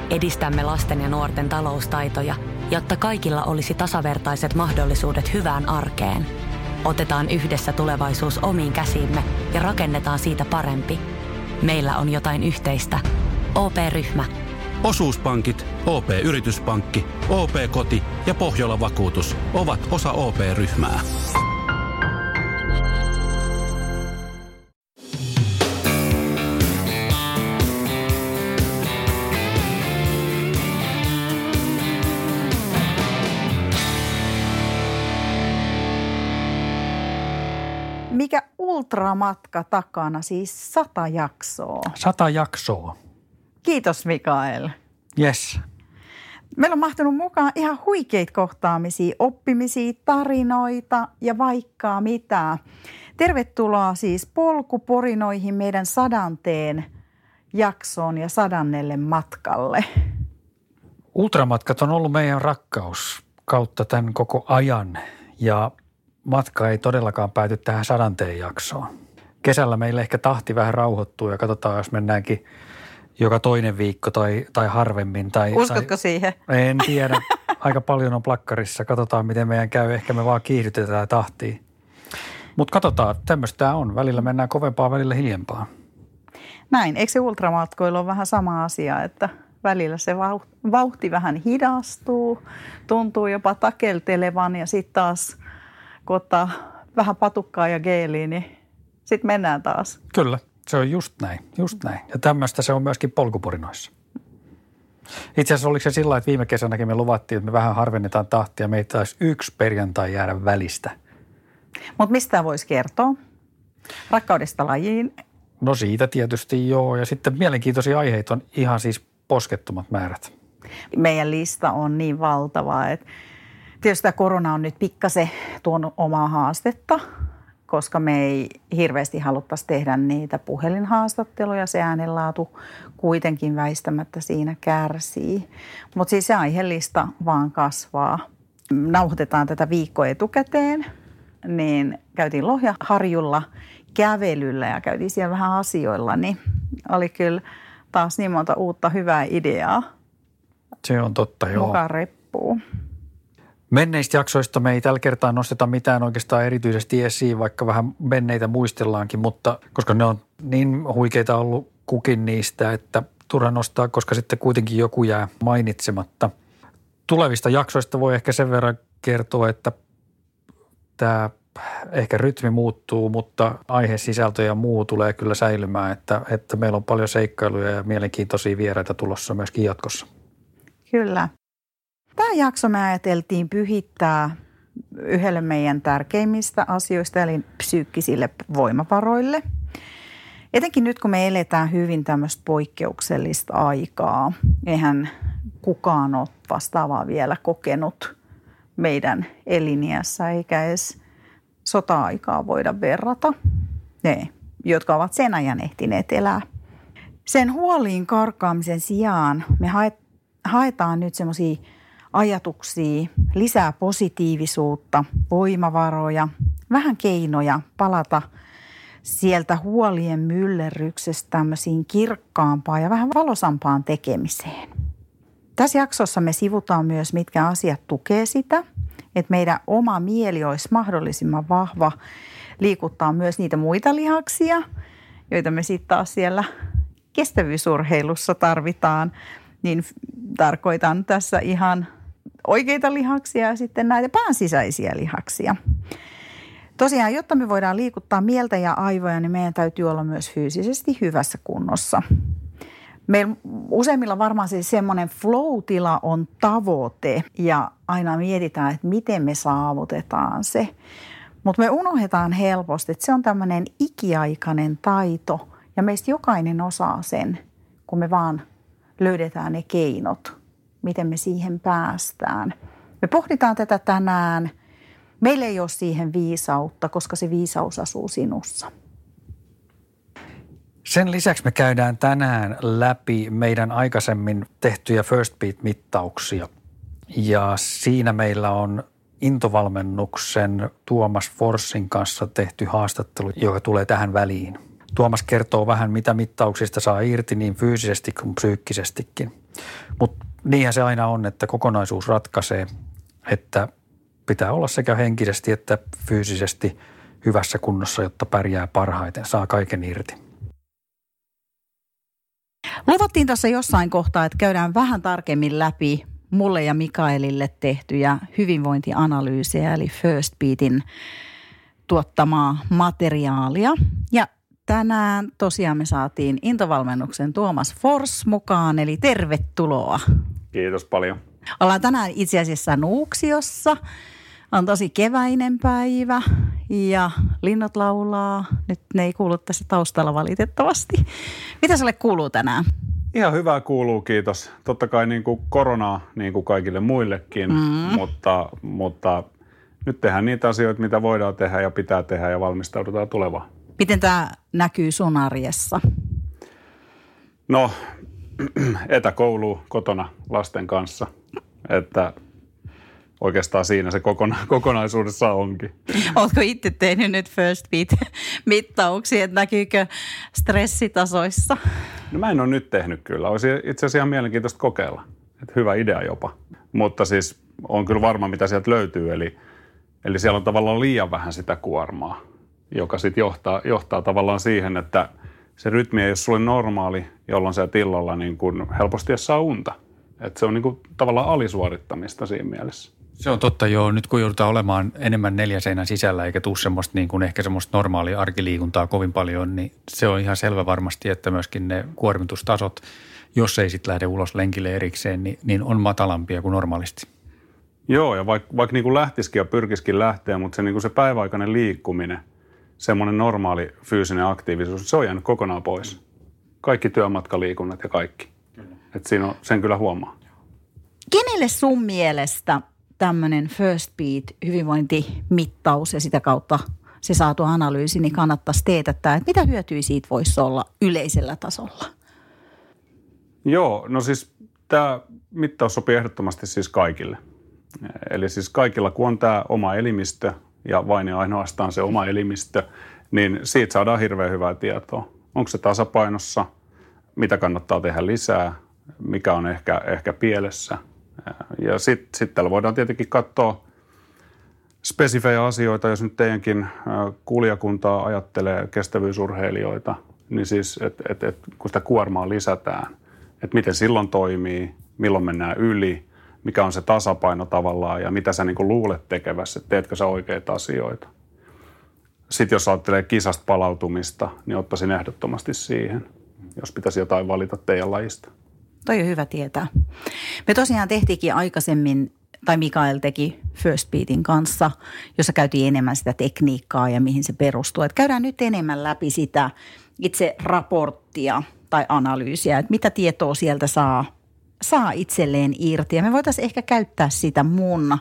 Edistämme lasten ja nuorten taloustaitoja, jotta kaikilla olisi tasavertaiset mahdollisuudet hyvään arkeen. Otetaan yhdessä tulevaisuus omiin käsiimme ja rakennetaan siitä parempi. Meillä on jotain yhteistä. OP-ryhmä. Osuuspankit, OP-yrityspankki, OP-koti ja Pohjola-vakuutus ovat osa OP-ryhmää. Mikä ultramatka takana, siis 100 jaksoa. 100 jaksoa. Kiitos Mikael. Yes. Meillä on mahtunut mukaan ihan huikeita kohtaamisia, oppimisia, tarinoita ja vaikka mitä. Tervetuloa siis polkuporinoihin meidän 100. jaksoon ja 100. matkalle. Ultramatkat on ollut meidän rakkaus kautta tämän koko ajan ja matka ei todellakaan pääty tähän 100. jaksoon. Kesällä meillä ehkä tahti vähän rauhoittuu ja katsotaan, jos mennäänkin joka toinen viikko tai harvemmin. Uskotko siihen? En tiedä. Aika paljon on plakkarissa. Katsotaan, miten meidän käy. Ehkä me vaan kiihdytetään tahtia. Mutta katsotaan, tämmöistä on. Välillä mennään kovempaa, välillä hiljempaa. Näin. Eikö se ultramatkoilu ole vähän sama asia, että välillä se vauhti vähän hidastuu, tuntuu jopa takeltelevan ja sitten taas kun ottaa vähän patukkaa ja geeliä, niin sitten mennään taas. Kyllä, se on just näin. Ja tämmöistä se on myöskin polkuporinoissa. Itse asiassa oliko se sillä, että viime kesänäkin me luvattiin, että me vähän harvennetaan tahtia. Meitä taisi yksi perjantai jäädä välistä. Mutta mistä voisi kertoa? Rakkaudesta lajiin? No siitä tietysti joo. Ja sitten mielenkiintoisia aiheita on ihan siis poskettomat määrät. Meidän lista on niin valtava, että tietysti tämä korona on nyt pikkasen tuonut omaa haastetta, koska me ei hirveästi haluttaisi tehdä niitä puhelinhaastatteluja. Se äänenlaatu kuitenkin väistämättä siinä kärsii. Mutta siis se aihelista vaan kasvaa. Nauhoitetaan tätä viikkoa etukäteen, niin käytiin Lohjaharjulla kävelyllä ja käytiin siellä vähän asioilla, niin oli kyllä taas niin monta uutta hyvää ideaa. Se on totta, joo. Mukaan reppuu. Menneistä jaksoista me ei tällä kertaa nosteta mitään oikeastaan erityisesti esiin, vaikka vähän menneitä muistellaankin, mutta koska ne on niin huikeita ollut kukin niistä, että turha nostaa, koska sitten kuitenkin joku jää mainitsematta. Tulevista jaksoista voi ehkä sen verran kertoa, että tämä ehkä rytmi muuttuu, mutta aihesisältö ja muu tulee kyllä säilymään, että meillä on paljon seikkailuja ja mielenkiintoisia vieraita tulossa myöskin jatkossa. Kyllä. Tämä jakso me ajateltiin pyhittää yhdelle meidän tärkeimmistä asioista, eli psyykkisille voimavaroille. Etenkin nyt, kun me eletään hyvin tämmöistä poikkeuksellista aikaa, eihän kukaan ole vastaavaa vielä kokenut meidän eliniässä, eikä edes sota-aikaa voida verrata. Ne, jotka ovat sen ajan ehtineet elää. Sen huoliin karkaamisen sijaan me haetaan nyt semmoisia ajatuksia, lisää positiivisuutta, voimavaroja, vähän keinoja palata sieltä huolien myllerryksestä tämmöisiin kirkkaampaan ja vähän valosampaan tekemiseen. Tässä jaksossa me sivutaan myös, mitkä asiat tukee sitä, että meidän oma mieli olisi mahdollisimman vahva liikuttaa myös niitä muita lihaksia, joita me sitten taas siellä kestävyysurheilussa tarvitaan. Niin tarkoitan tässä ihan oikeita lihaksia ja sitten näitä päänsisäisiä lihaksia. Tosiaan, jotta me voidaan liikuttaa mieltä ja aivoja, niin meidän täytyy olla myös fyysisesti hyvässä kunnossa. Meillä useimmilla varmaan se semmoinen flow-tila on tavoite ja aina mietitään, että miten me saavutetaan se. Mutta me unohdetaan helposti, että se on tämmöinen ikiaikainen taito ja meistä jokainen osaa sen, kun me vaan löydetään ne keinot, miten me siihen päästään. Me pohditaan tätä tänään. Meillä ei ole siihen viisautta, koska se viisaus asuu sinussa. Sen lisäksi me käydään tänään läpi meidän aikaisemmin tehtyjä First Beat-mittauksia. Ja siinä meillä on intovalmennuksen Tuomas Forssin kanssa tehty haastattelu, joka tulee tähän väliin. Tuomas kertoo vähän, mitä mittauksista saa irti niin fyysisesti kuin psyykkisestikin. Mutta niinhän se aina on, että kokonaisuus ratkaisee, että pitää olla sekä henkisesti että fyysisesti hyvässä kunnossa, jotta pärjää parhaiten, saa kaiken irti. Luvattiin tässä jossain kohtaa, että käydään vähän tarkemmin läpi mulle ja Mikaelille tehtyjä hyvinvointianalyysejä, eli First Beatin tuottamaa materiaalia. Ja tänään tosiaan me saatiin Intovalmennuksen Tuomas Fors mukaan, eli tervetuloa. Kiitos paljon. Ollaan tänään itse asiassa Nuuksiossa. On tosi keväinen päivä ja linnut laulaa. Nyt ne ei kuulu tässä taustalla valitettavasti. Mitä sulle kuuluu tänään? Ihan hyvää kuuluu, kiitos. Totta kai niin kuin koronaa niin kuin kaikille muillekin, mutta nyt tehdään niitä asioita, mitä voidaan tehdä ja pitää tehdä ja valmistaudutaan tulevaan. Miten tämä näkyy sun arjessa? No, etäkoulu kotona lasten kanssa, että oikeastaan siinä se kokonaisuudessa onkin. Ootko itse tehnyt nyt First Beat-mittauksia, että näkyykö stressitasoissa? No mä en ole nyt tehnyt kyllä. Olisi itse asiassa ihan mielenkiintoista kokeilla. Että hyvä idea jopa. Mutta siis on kyllä varma, mitä sieltä löytyy. Eli siellä on tavallaan liian vähän sitä kuormaa, joka sitten johtaa tavallaan siihen, että se rytmi ei ole sulle normaali, jolloin sä tilalla niin kun helposti saa unta. Että se on niin kuin tavallaan alisuorittamista siinä mielessä. Se on totta, joo. Nyt kun joudutaan olemaan enemmän 4 seinän sisällä eikä tule semmoista niin kuin ehkä semmoista normaalia arkiliikuntaa kovin paljon, niin se on ihan selvä varmasti, että myöskin ne kuormitustasot, jos ei sitten lähde ulos lenkille erikseen, niin on matalampia kuin normaalisti. Joo, ja vaikka niin kuin lähtisikin ja pyrkisikin lähteä, mutta se, niin kuin se päiväaikainen liikkuminen, semmoinen normaali fyysinen aktiivisuus, se on jäänyt kokonaan pois. Kaikki työmatkaliikunnat ja kaikki. Että siinä on, sen kyllä huomaa. Kenelle sun mielestä tämmöinen First Beat hyvinvointimittaus ja sitä kautta se saatu analyysi, niin kannattaisi teetättää, että mitä hyötyä siitä voisi olla yleisellä tasolla? Joo, no siis tämä mittaus sopii ehdottomasti siis kaikille. Eli siis kaikilla, kun on tämä oma elimistö ja vain ja ainoastaan se oma elimistö, niin siitä saadaan hirveän hyvää tietoa. Onko se tasapainossa, mitä kannattaa tehdä lisää, mikä on ehkä pielessä. Ja sitten täällä voidaan tietenkin katsoa spesifejä asioita, jos nyt teidänkin kuulijakuntaa ajattelee kestävyysurheilijoita, niin siis, että kun sitä kuormaa lisätään, että miten silloin toimii, milloin mennään yli, mikä on se tasapaino tavallaan ja mitä sä niin kuin luulet tekevässä, että teetkö sä oikeita asioita. Sitten jos ajattelee kisasta palautumista, niin ottaisin ehdottomasti siihen, jos pitäisi jotain valita teidän lajista. Toi on hyvä tietää. Me tosiaan tehtiinkin aikaisemmin, tai Mikael teki First Beatin kanssa, jossa käytiin enemmän sitä tekniikkaa ja mihin se perustuu. Et käydään nyt enemmän läpi sitä itse raporttia tai analyysiä, että mitä tietoa sieltä saa itselleen irti. Ja me voitaisiin ehkä käyttää sitä mun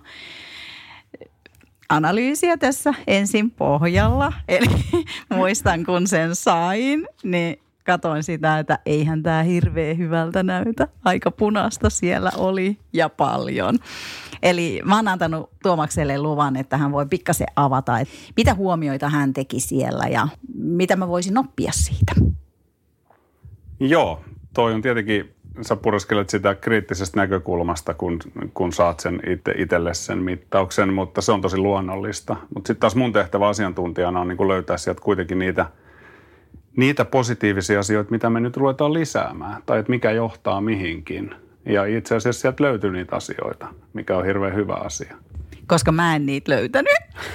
analyysiä tässä ensin pohjalla. Eli muistan, kun sen sain, niin katoin sitä, että eihän tämä hirveän hyvältä näytä. Aika punaista siellä oli ja paljon. Eli mä oon antanut Tuomakselle luvan, että hän voi pikkasen avata, että mitä huomioita hän teki siellä ja mitä mä voisin oppia siitä. Joo, toi on tietenkin, sä pureskelet sitä kriittisestä näkökulmasta, kun saat sen itselle sen mittauksen, mutta se on tosi luonnollista. Mutta sitten taas mun tehtävä asiantuntijana on niin kuin löytää sieltä kuitenkin niitä positiivisia asioita, mitä me nyt ruvetaan lisäämään, tai että mikä johtaa mihinkin. Ja itse asiassa sieltä löytyy niitä asioita, mikä on hirveän hyvä asia. Koska mä en niitä löytänyt.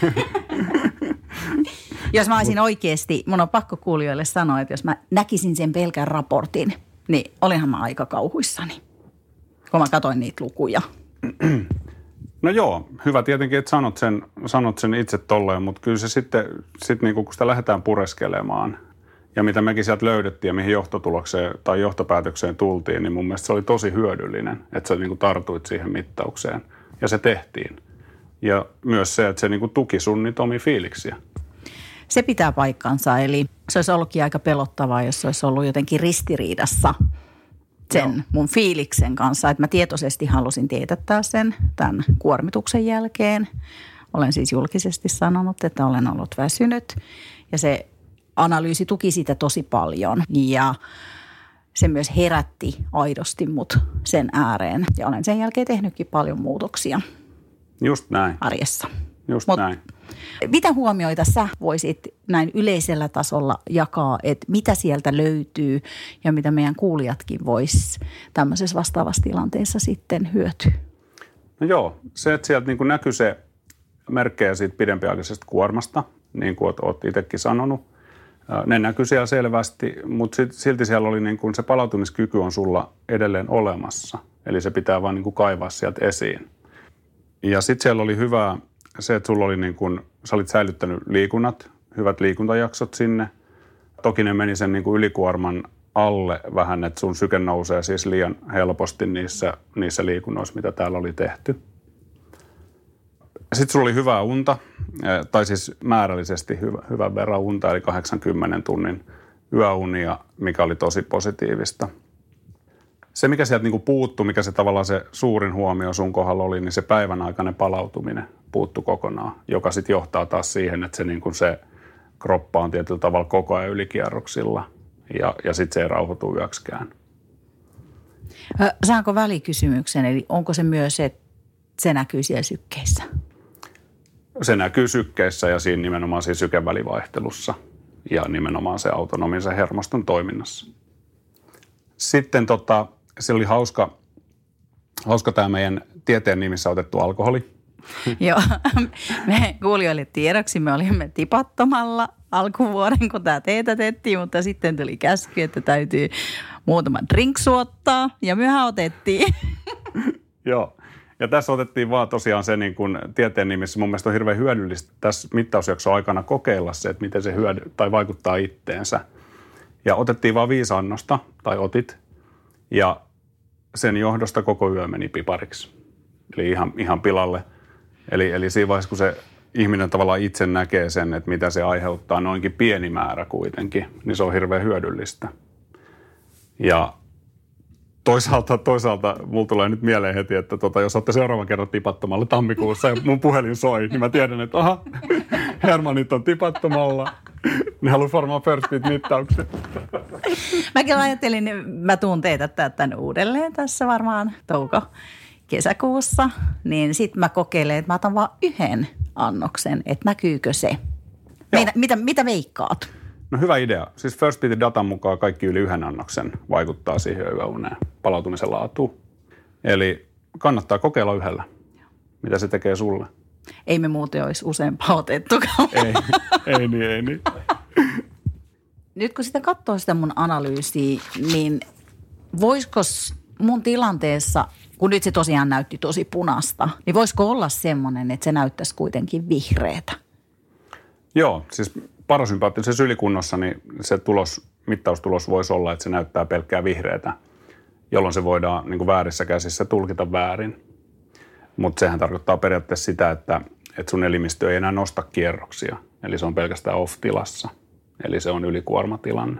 Jos mä olisin oikeasti, mun on pakko kuulijoille sanoa, että jos mä näkisin sen pelkän raportin, niin olinhan mä aika kauhuissani, kun mä katsoin niitä lukuja. No joo, hyvä tietenkin, että sanot sen itse tolleen, mutta kyllä se sitten niin kun sitä lähdetään pureskelemaan ja mitä mekin sieltä löydettiin ja mihin johtotulokseen tai johtopäätökseen tultiin, niin mun mielestä se oli tosi hyödyllinen, että sä niin kuin tartuit siihen mittaukseen ja se tehtiin. Ja myös se, että se niin kuin tuki sun niitä omia fiiliksiä. Se pitää paikkansa, eli se olisi ollutkin aika pelottavaa, jos se olisi ollut jotenkin ristiriidassa sen mun fiiliksen kanssa. Että mä tietoisesti halusin teetättää sen tämän kuormituksen jälkeen. Olen siis julkisesti sanonut, että olen ollut väsynyt ja se analyysi tuki sitä tosi paljon. Ja se myös herätti aidosti mut sen ääreen. Ja olen sen jälkeen tehnytkin paljon muutoksia Just näin. arjessa. Näin. Mitä huomioita sä voisit näin yleisellä tasolla jakaa, että mitä sieltä löytyy ja mitä meidän kuulijatkin vois tämmöisessä vastaavassa tilanteessa sitten hyötyä? No joo, se, että sieltä niin kuin näkyy se merkkejä siitä pidempiaikaisesta kuormasta, niin kuin olet itsekin sanonut. Ne näkyy siellä selvästi, mutta silti siellä oli niin kuin se palautumiskyky on sulla edelleen olemassa. Eli se pitää vaan niin kuin kaivaa sieltä esiin. Ja sitten siellä oli hyvää se, että sulla oli niin kuin, sä olit säilyttänyt liikunnat, hyvät liikuntajaksot sinne. Toki ne meni sen niin kuin ylikuorman alle vähän, että sun syke nousee siis liian helposti niissä liikunnoissa, mitä täällä oli tehty. Sitten sulla oli hyvää unta, tai siis määrällisesti hyvän verran unta, eli 80 tunnin yöunia, mikä oli tosi positiivista. Se, mikä sieltä niinku puuttui, mikä se tavallaan se suurin huomio sun kohdalla oli, niin se päivän aikainen palautuminen puuttui kokonaan, joka sitten johtaa taas siihen, että se, niinku se kroppa on tietyllä tavalla koko ajan ylikierroksilla ja sitten se ei rauhoitu yöksikään. Saanko välikysymyksen, eli onko se myös, että se näkyy siellä sykkeissä? Se näkyy sykkeissä ja siinä nimenomaan siinä sykevälivaihtelussa ja nimenomaan se autonomisen hermoston toiminnassa. Sitten se oli hauska tämä meidän tieteen nimissä otettu alkoholi. Joo, me kuulijoille tiedoksi me olimme tipattomalla alkuvuoden, kun tämä teetätettiin, mutta sitten tuli käsky, että täytyy muutama drinksu ottaa ja myöhään otettiin. Joo. Ja tässä otettiin vaan tosiaan se niin kuin tieteen nimissä. Mun mielestä on hirveän hyödyllistä tässä mittausjakson aikana kokeilla se, että miten se vaikuttaa itteensä. Ja otettiin vaan 5 annosta, tai otit, ja sen johdosta koko yö meni pipariksi. Eli ihan pilalle. Eli siinä vaiheessa, kun se ihminen tavallaan itse näkee sen, että mitä se aiheuttaa, noinkin pieni määrä kuitenkin, niin se on hirveän hyödyllistä. Ja Toisaalta mulla tulee nyt mieleen heti, että jos olette seuraavan kerran tipattomalla tammikuussa ja mun puhelin soi, niin mä tiedän, että Hermanit on tipattomalla. Ne haluaa varmaan First Beat-mittauksen. Mäkin ajattelin, mä tuun teetättää tämän uudelleen tässä varmaan kesäkuussa. Niin sit mä kokeilen, että mä otan vaan 1 annoksen, että näkyykö se. Mitä veikkaat? No hyvä idea. Siis First Beatin datan mukaan kaikki yli 1 annoksen vaikuttaa siihen yöuneen palautumisen laatuun. Eli kannattaa kokeilla 1. Mitä se tekee sulle? Ei me muuten olisi useampaa otettukaan. Ei niin. Nyt kun sitä katsoo sitä mun analyysiä, niin voisiko mun tilanteessa, kun nyt se tosiaan näytti tosi punasta, niin voisiko olla semmoinen, että se näyttäisi kuitenkin vihreätä? Joo, siis parasympaattisessa ylikunnossa niin se mittaustulos voisi olla, että se näyttää pelkkää vihreätä, jolloin se voidaan niin kuin väärissä käsissä tulkita väärin. Mutta sehän tarkoittaa periaatteessa sitä, että sun elimistö ei enää nosta kierroksia, eli se on pelkästään off-tilassa, eli se on ylikuormatilanne.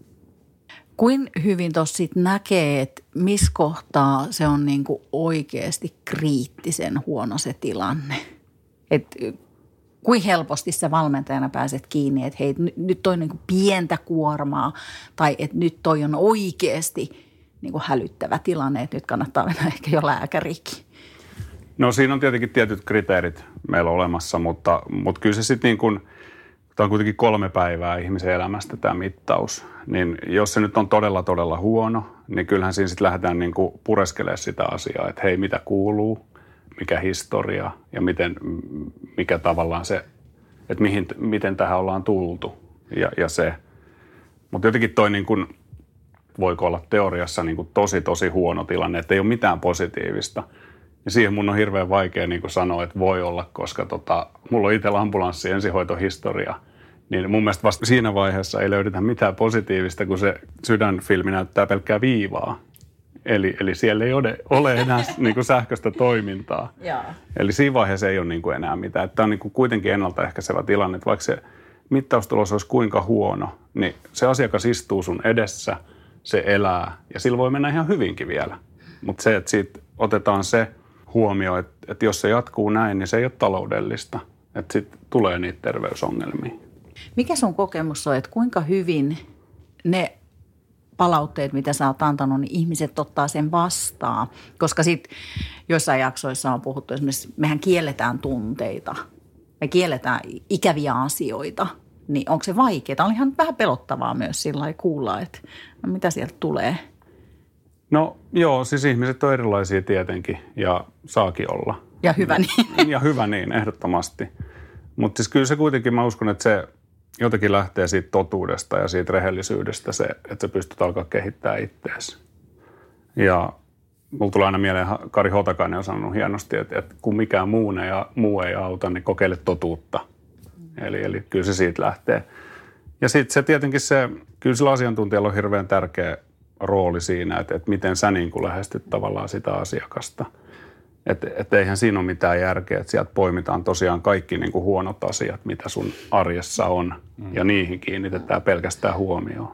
Kuin hyvin tuossa sitten näkee, että missä kohtaa se on niinku oikeasti kriittisen huono se tilanne? Että kuin helposti sä valmentajana pääset kiinni, että hei, nyt toi on niinku pientä kuormaa tai että nyt toi on oikeasti niinku hälyttävä tilanne, että nyt kannattaa mennä ehkä jo lääkärikin. No siinä on tietenkin tietyt kriteerit meillä olemassa, mutta kyllä se sitten niin kuin, tämä on kuitenkin 3 päivää ihmisen elämästä tämä mittaus, niin jos se nyt on todella, todella huono, niin kyllähän siinä sitten lähdetään niin kuin pureskelemaan sitä asiaa, että hei, mitä kuuluu, mikä historia ja mikä tavallaan se, että miten tähän ollaan tultu ja se. Mutta jotenkin toi niin kuin, voiko olla teoriassa niin kuin tosi huono tilanne, että ei ole mitään positiivista. Ja siihen mun on hirveän vaikea niin kuin sanoa, että voi olla, koska mulla on itsellä ambulanssi ensihoitohistoria. Niin mun mielestä vasta siinä vaiheessa ei löydetä mitään positiivista, kun se sydänfilmi näyttää pelkkää viivaa. Eli siellä ei ole enää niin kuin sähköistä toimintaa. Eli siinä vaiheessa ei ole niin kuin enää mitään. Tämä on niin kuin kuitenkin ennaltaehkäisevä tilanne, että vaikka se mittaustulos olisi kuinka huono, niin se asiakas istuu sun edessä, se elää ja sillä voi mennä ihan hyvinkin vielä. Mutta se, että siitä otetaan se huomio, että jos se jatkuu näin, niin se ei ole taloudellista. Että sitten tulee niitä terveysongelmia. Mikä sun kokemus on, että kuinka hyvin ne palautteet, mitä sä oot antanut, niin ihmiset ottaa sen vastaan. Koska sitten jossain jaksoissa on puhuttu esimerkiksi, mehän kielletään tunteita. Me kielletään ikäviä asioita. Niin onko se vaikeaa? On ihan vähän pelottavaa myös sillä lailla kuulla, että no mitä sieltä tulee. No joo, siis ihmiset on erilaisia tietenkin ja saakin olla. Ja hyvä niin. Ja hyvä niin, ehdottomasti. Mutta siis kyllä se kuitenkin, mä uskon, että se jotenkin lähtee siitä totuudesta ja siitä rehellisyydestä se, että sä pystyt alkaa kehittää itseäsi. Ja mulla tulee aina mieleen, Kari Hotakainen on sanonut hienosti, että kun mikään muu ei auta, niin kokeile totuutta. Eli kyllä se siitä lähtee. Ja sitten se tietenkin kyllä sillä asiantuntijalla on hirveän tärkeä rooli siinä, että miten sä niin kuin lähestyt tavallaan sitä asiakasta. Että eihän siinä ole mitään järkeä, että sieltä poimitaan tosiaan kaikki niin kuin huonot asiat, mitä sun arjessa on, ja niihin kiinnitetään pelkästään huomioon.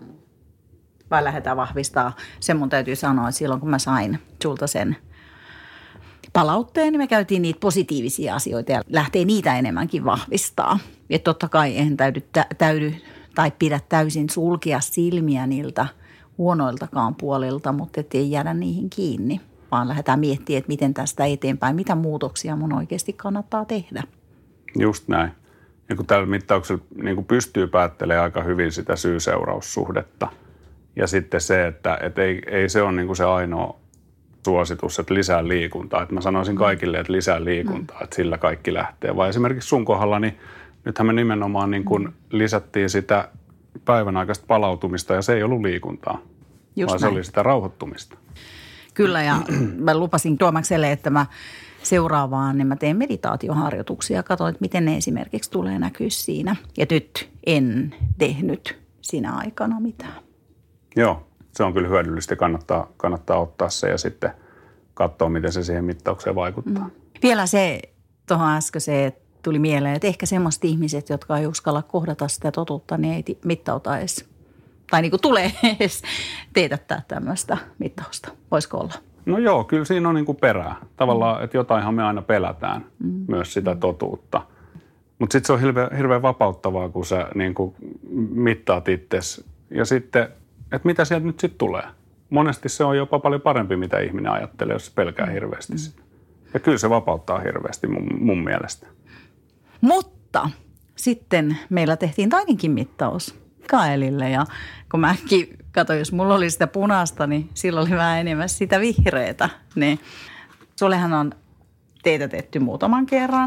Vai lähdetään vahvistaa. Sen mun täytyy sanoa, että silloin kun mä sain sulta sen palautteen, niin me käytiin niitä positiivisia asioita ja lähtee niitä enemmänkin vahvistaa. Että totta kai eihän täydy tai pidä täysin sulkea silmiä niiltä huonoiltakaan puolilta, mutta ettei jäädä niihin kiinni, vaan lähdetään miettimään, että miten tästä eteenpäin, mitä muutoksia mun oikeasti kannattaa tehdä. Just näin. Ja kun tällä mittauksella niin kuin pystyy päättelemään aika hyvin sitä syy-seuraussuhdetta. Ja sitten se, että ei se ole niin kuin se ainoa suositus, että lisää liikuntaa. Että mä sanoisin kaikille, että lisää liikuntaa, että sillä kaikki lähtee. Vai esimerkiksi sun kohdalla, niin nythän me nimenomaan niin kuin lisättiin sitä päivän aikaista palautumista ja se ei ollut liikuntaa, vaan se oli sitä rauhoittumista. Kyllä ja mä lupasin Tuomakselle, että mä seuraavaan, niin mä teen meditaatioharjoituksia ja katsoin, että miten ne esimerkiksi tulee näkyä siinä. Ja nyt en tehnyt sinä aikana mitään. Joo, se on kyllä hyödyllistä. Kannattaa ottaa se ja sitten katsoa, miten se siihen mittaukseen vaikuttaa. Vielä se tuohon äskeiseen tuli mieleen, että ehkä semmoiset ihmiset, jotka ei uskalla kohdata sitä totuutta, niin ei mittauta edes. Tai niin kuin tulee edes teetättää tämmöistä mittausta. Voisiko olla? No joo, kyllä siinä on niin kuin perää. Tavallaan, että jotainhan me aina pelätään myös sitä totuutta. Mutta sitten se on hirveän vapauttavaa, kun sä niin kuin mittaat itsesi. Ja sitten, että mitä sieltä nyt sitten tulee. Monesti se on jopa paljon parempi, mitä ihminen ajattelee, jos se pelkää hirveästi sitä. Ja kyllä se vapauttaa hirveästi mun mielestä. Mutta sitten meillä tehtiin toinenkin mittaus Kaelille ja kun mäkin katsoin, jos mulla oli sitä punaista, niin silloin oli vähän enemmän sitä vihreätä. Niin sullehan on teetätetty muutaman kerran.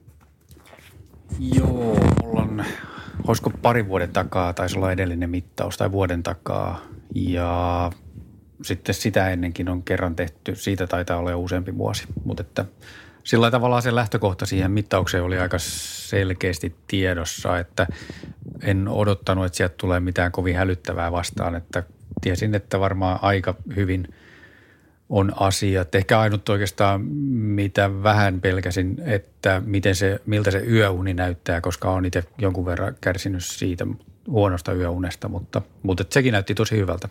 Joo, mulla on, olisiko pari vuoden takaa, taisi olla edellinen mittaus tai vuoden takaa ja sitten sitä ennenkin on kerran tehty, siitä taitaa olla jo useampi vuosi, mutta että sillä tavalla se lähtökohta siihen mittaukseen oli aika selkeästi tiedossa, että en odottanut, että sieltä tulee mitään kovin hälyttävää vastaan, että tiesin, että varmaan aika hyvin on asiat. Ehkä ainut oikeastaan, mitä vähän pelkäsin, että miltä se yöuni näyttää, koska olen itse jonkun verran kärsinyt siitä huonosta yöunesta, mutta sekin näytti tosi hyvältä.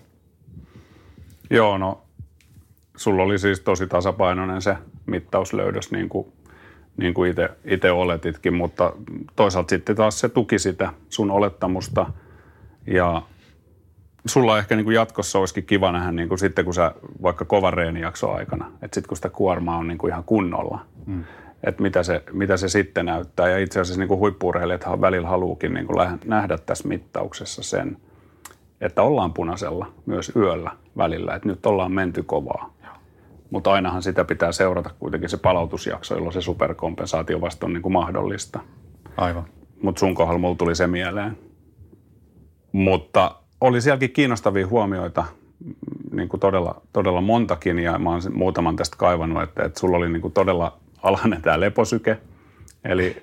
Joo, no sulla oli siis tosi tasapainoinen se mittauslöydös, niin kuin itse oletitkin, mutta toisaalta sitten taas se tuki sitä sun olettamusta ja sulla ehkä niin kuin jatkossa olisikin kiva nähdä niin kuin sitten, kun sä vaikka kovan reenijakson aikana, että sitten kun sitä kuormaa on niin kuin ihan kunnolla, että mitä se sitten näyttää. Ja itse asiassa niin kuin huippu-urheilijat välillä haluukin niin kuin nähdä tässä mittauksessa sen, että ollaan punaisella myös yöllä välillä, että nyt ollaan menty kovaa. Mutta ainahan sitä pitää seurata kuitenkin se palautusjakso, jolloin se superkompensaatio vasta on niin kuin mahdollista. Aivan. Mutta sun kohdalla mulla tuli se mieleen. Mutta oli sielläkin kiinnostavia huomioita, niin kuin todella montakin, ja mä oon muutaman tästä kaivannut, että sulla oli niin kuin todella alhainen tämä leposyke, eli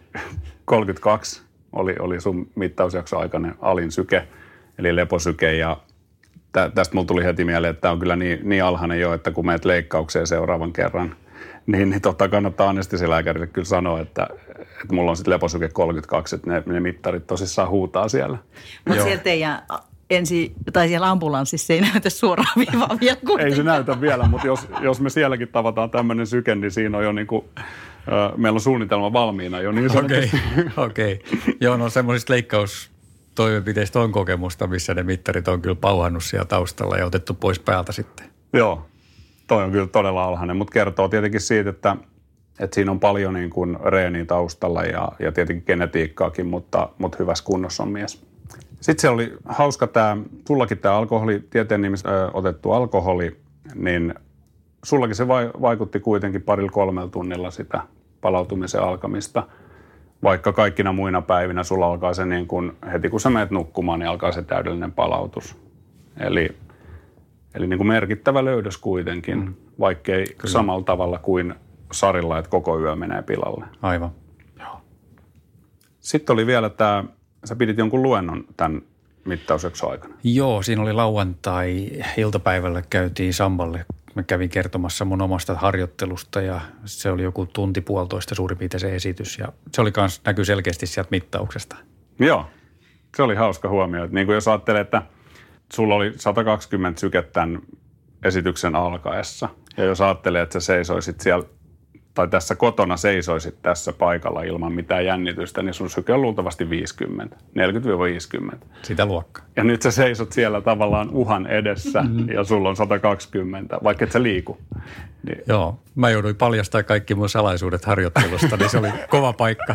32 oli sun mittausjakso aikainen alin syke, eli leposyke, ja tästä mulla tuli heti mieleen, että tämä on kyllä niin alhainen jo, että kun menet leikkaukseen seuraavan kerran, niin kannattaa anestesialääkärille kyllä sanoa, että mulla on sitten leposyke 32, että ne mittarit tosissaan huutaa siellä. Mutta siellä teidän siellä ambulanssissa ei näytä suoraan viivaa vielä kuitenkaan. Ei se näytä vielä, mutta jos me sielläkin tavataan tämmöinen syke, niin siinä on jo niin kuin, meillä on suunnitelma valmiina jo niin sanotusti. Okei. Joo, no semmoisista toimenpiteistä on kokemusta, missä ne mittarit on kyllä pauhannut siellä taustalla ja otettu pois päältä sitten. Joo, toi on kyllä todella alhainen, mutta kertoo tietenkin siitä, että siinä on paljon niin kuin reeniä taustalla ja tietenkin genetiikkaakin, mutta hyvässä kunnossa on mies. Sitten se oli hauska sullakin tämä alkoholi, tieteen nimissä otettu alkoholi, niin sullakin se vaikutti kuitenkin 2-3 tunnilla sitä palautumisen alkamista. Vaikka kaikkina muina päivinä sulla alkaa se niin kuin, heti kun sä menet nukkumaan, niin alkaa se täydellinen palautus. Eli niin kuin merkittävä löydös kuitenkin, vaikkei kyllä samalla tavalla kuin Sarilla, että koko yö menee pilalle. Aivan. Joo. Sitten oli vielä sä pidit jonkun luennon tämän mittausjakson aikana. Joo, siinä oli lauantai-iltapäivällä käytiin Samballe. Mä kävin kertomassa mun omasta harjoittelusta ja se oli joku 1-1,5 tuntia suurin piirtein se esitys. Ja se oli kans näkyy selkeästi sieltä mittauksesta. Joo, se oli hauska huomio. Niin kuin jos ajattelee, että sulla oli 120 sykettä tämän esityksen alkaessa. Ja jos ajattelee, että sä seisoisit siellä, tai tässä kotona seisoisit tässä paikalla ilman mitään jännitystä, niin sun syke on luultavasti 50, 40-50. Sitä luokkaa. Ja nyt sä seisot siellä tavallaan uhan edessä ja sulla on 120, vaikka et sä liiku. Niin. Joo, mä jouduin paljastamaan kaikki mun salaisuudet harjoittelusta, niin se oli kova paikka.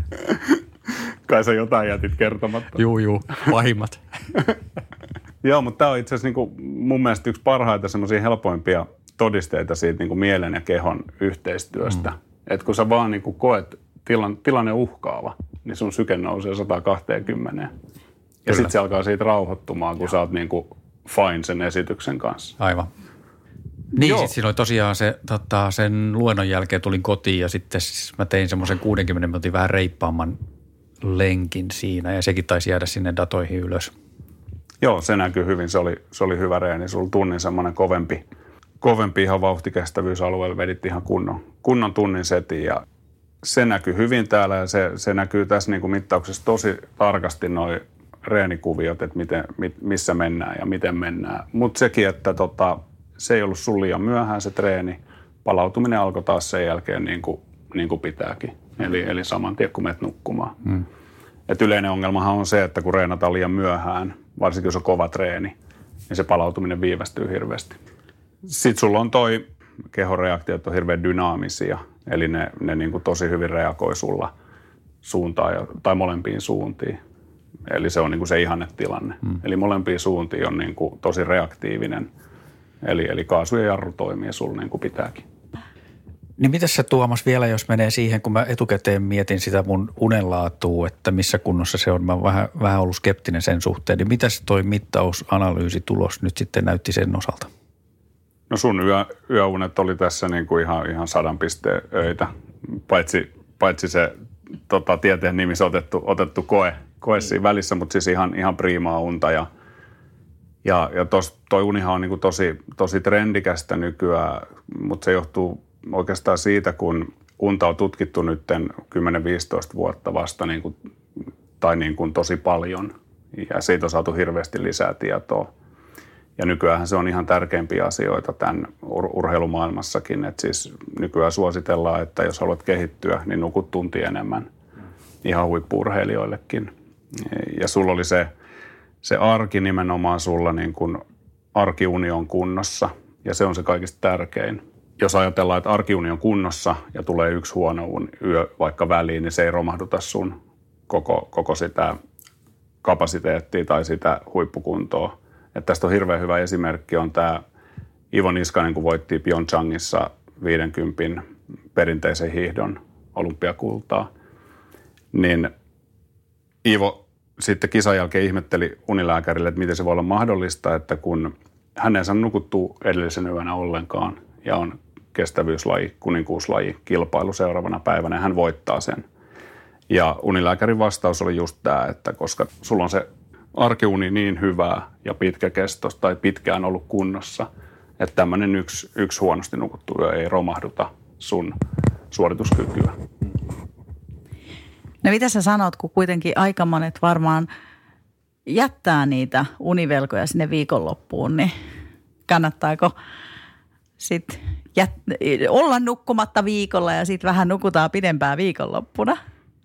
Kai sä jotain jätit kertomatta. Juu, pahimmat. Joo, mutta tämä on itse asiassa niinku mun mielestä yksi parhaita semmoisia helpoimpia todisteita siitä niin kuin mielen ja kehon yhteistyöstä. Että kun sä vaan niin kuin koet tilanne uhkaava, niin sun syke nousee 120. Ja sitten se alkaa siitä rauhoittumaan, kun sä oot niin kuin fine sen esityksen kanssa. Aivan. Niin, sitten siinä oli tosiaan sen luennon jälkeen tulin kotiin ja sitten mä tein semmoisen 60 minuutin vähän reippaamman lenkin siinä ja sekin taisi jäädä sinne datoihin ylös. Joo, se näkyy hyvin. Se oli hyvä reeni. Sulla tunnin semmoinen kovempi ihan vauhtikestävyysalueella, vedit ihan kunnon tunnin setin ja se näkyy hyvin täällä ja se näkyy tässä niin kuin mittauksessa tosi tarkasti noi reenikuviot, että missä mennään ja miten mennään. Mutta sekin, että se ei ollut sun liian myöhään se treeni, palautuminen alkoi taas sen jälkeen niin kuin pitääkin, eli saman tien kun menet nukkumaan. Et yleinen ongelmahan on se, että kun reenataan liian myöhään, varsinkin jos on kova treeni, niin se palautuminen viivästyy hirveästi. Sitten sulla on toi kehoreaktiot on hirveän dynaamisia, eli ne niin kuin tosi hyvin reagoi sulla suuntaan tai molempiin suuntiin. Eli se on niin kuin se ihannetilanne. Eli molempiin suuntiin on niin kuin tosi reaktiivinen, eli kaasu ja jarru toimii sulla niin kuin pitääkin. Niin mitäs sä Tuomas vielä, jos menee siihen, kun mä etukäteen mietin sitä mun unenlaatua, että missä kunnossa se on. Mä oon vähän ollut skeptinen sen suhteen. Niin mitäs toi mittausanalyysi-tulos nyt sitten näytti sen osalta? No sun yöunet oli tässä niin kuin ihan 100 pisteen öitä, paitsi se tieteen nimissä otettu koe siinä välissä, mutta siis ihan priimaa unta. Ja toi unihan on niin kuin tosi trendikästä nykyään, mutta se johtuu oikeastaan siitä, kun unta on tutkittu nyt 10-15 vuotta vasta niin kuin tosi paljon ja siitä on saatu hirveästi lisää tietoa. Ja nykyään se on ihan tärkeimpiä asioita tämän urheilumaailmassakin, että siis nykyään suositellaan, että jos haluat kehittyä, niin nukut tunti enemmän ihan huippu-urheilijoillekin. Ja sulla oli se arki nimenomaan sulla niin kuin arkiuni on kunnossa ja se on se kaikista tärkein. Jos ajatellaan, että arkiuni on kunnossa ja tulee yksi huono yö vaikka väliin, niin se ei romahduta sun koko sitä kapasiteettia tai sitä huippukuntoa. Että tästä on hirveän hyvä esimerkki on tämä Ivo Niskanen, kun voitti Pyeongchangissa 50 perinteisen hiihdon olympiakultaa. Niin Ivo sitten kisan jälkeen ihmetteli unilääkärille, että miten se voi olla mahdollista, että kun hän ei saanut nukuttua edellisen yönä ollenkaan ja on kestävyyslaji, kuninkuuslaji, kilpailu seuraavana päivänä ja hän voittaa sen. Ja unilääkärin vastaus oli just tämä, että koska sulla on se arkiuni niin hyvää ja pitkäkestoista tai pitkään ollut kunnossa, että tämmöinen yksi huonosti nukuttu yö ei romahduta sun suorituskykyä. No mitä sä sanot, kun kuitenkin aika monet varmaan jättää niitä univelkoja sinne viikonloppuun, niin kannattaako sitten olla nukkumatta viikolla ja sitten vähän nukutaan pidempään viikonloppuna?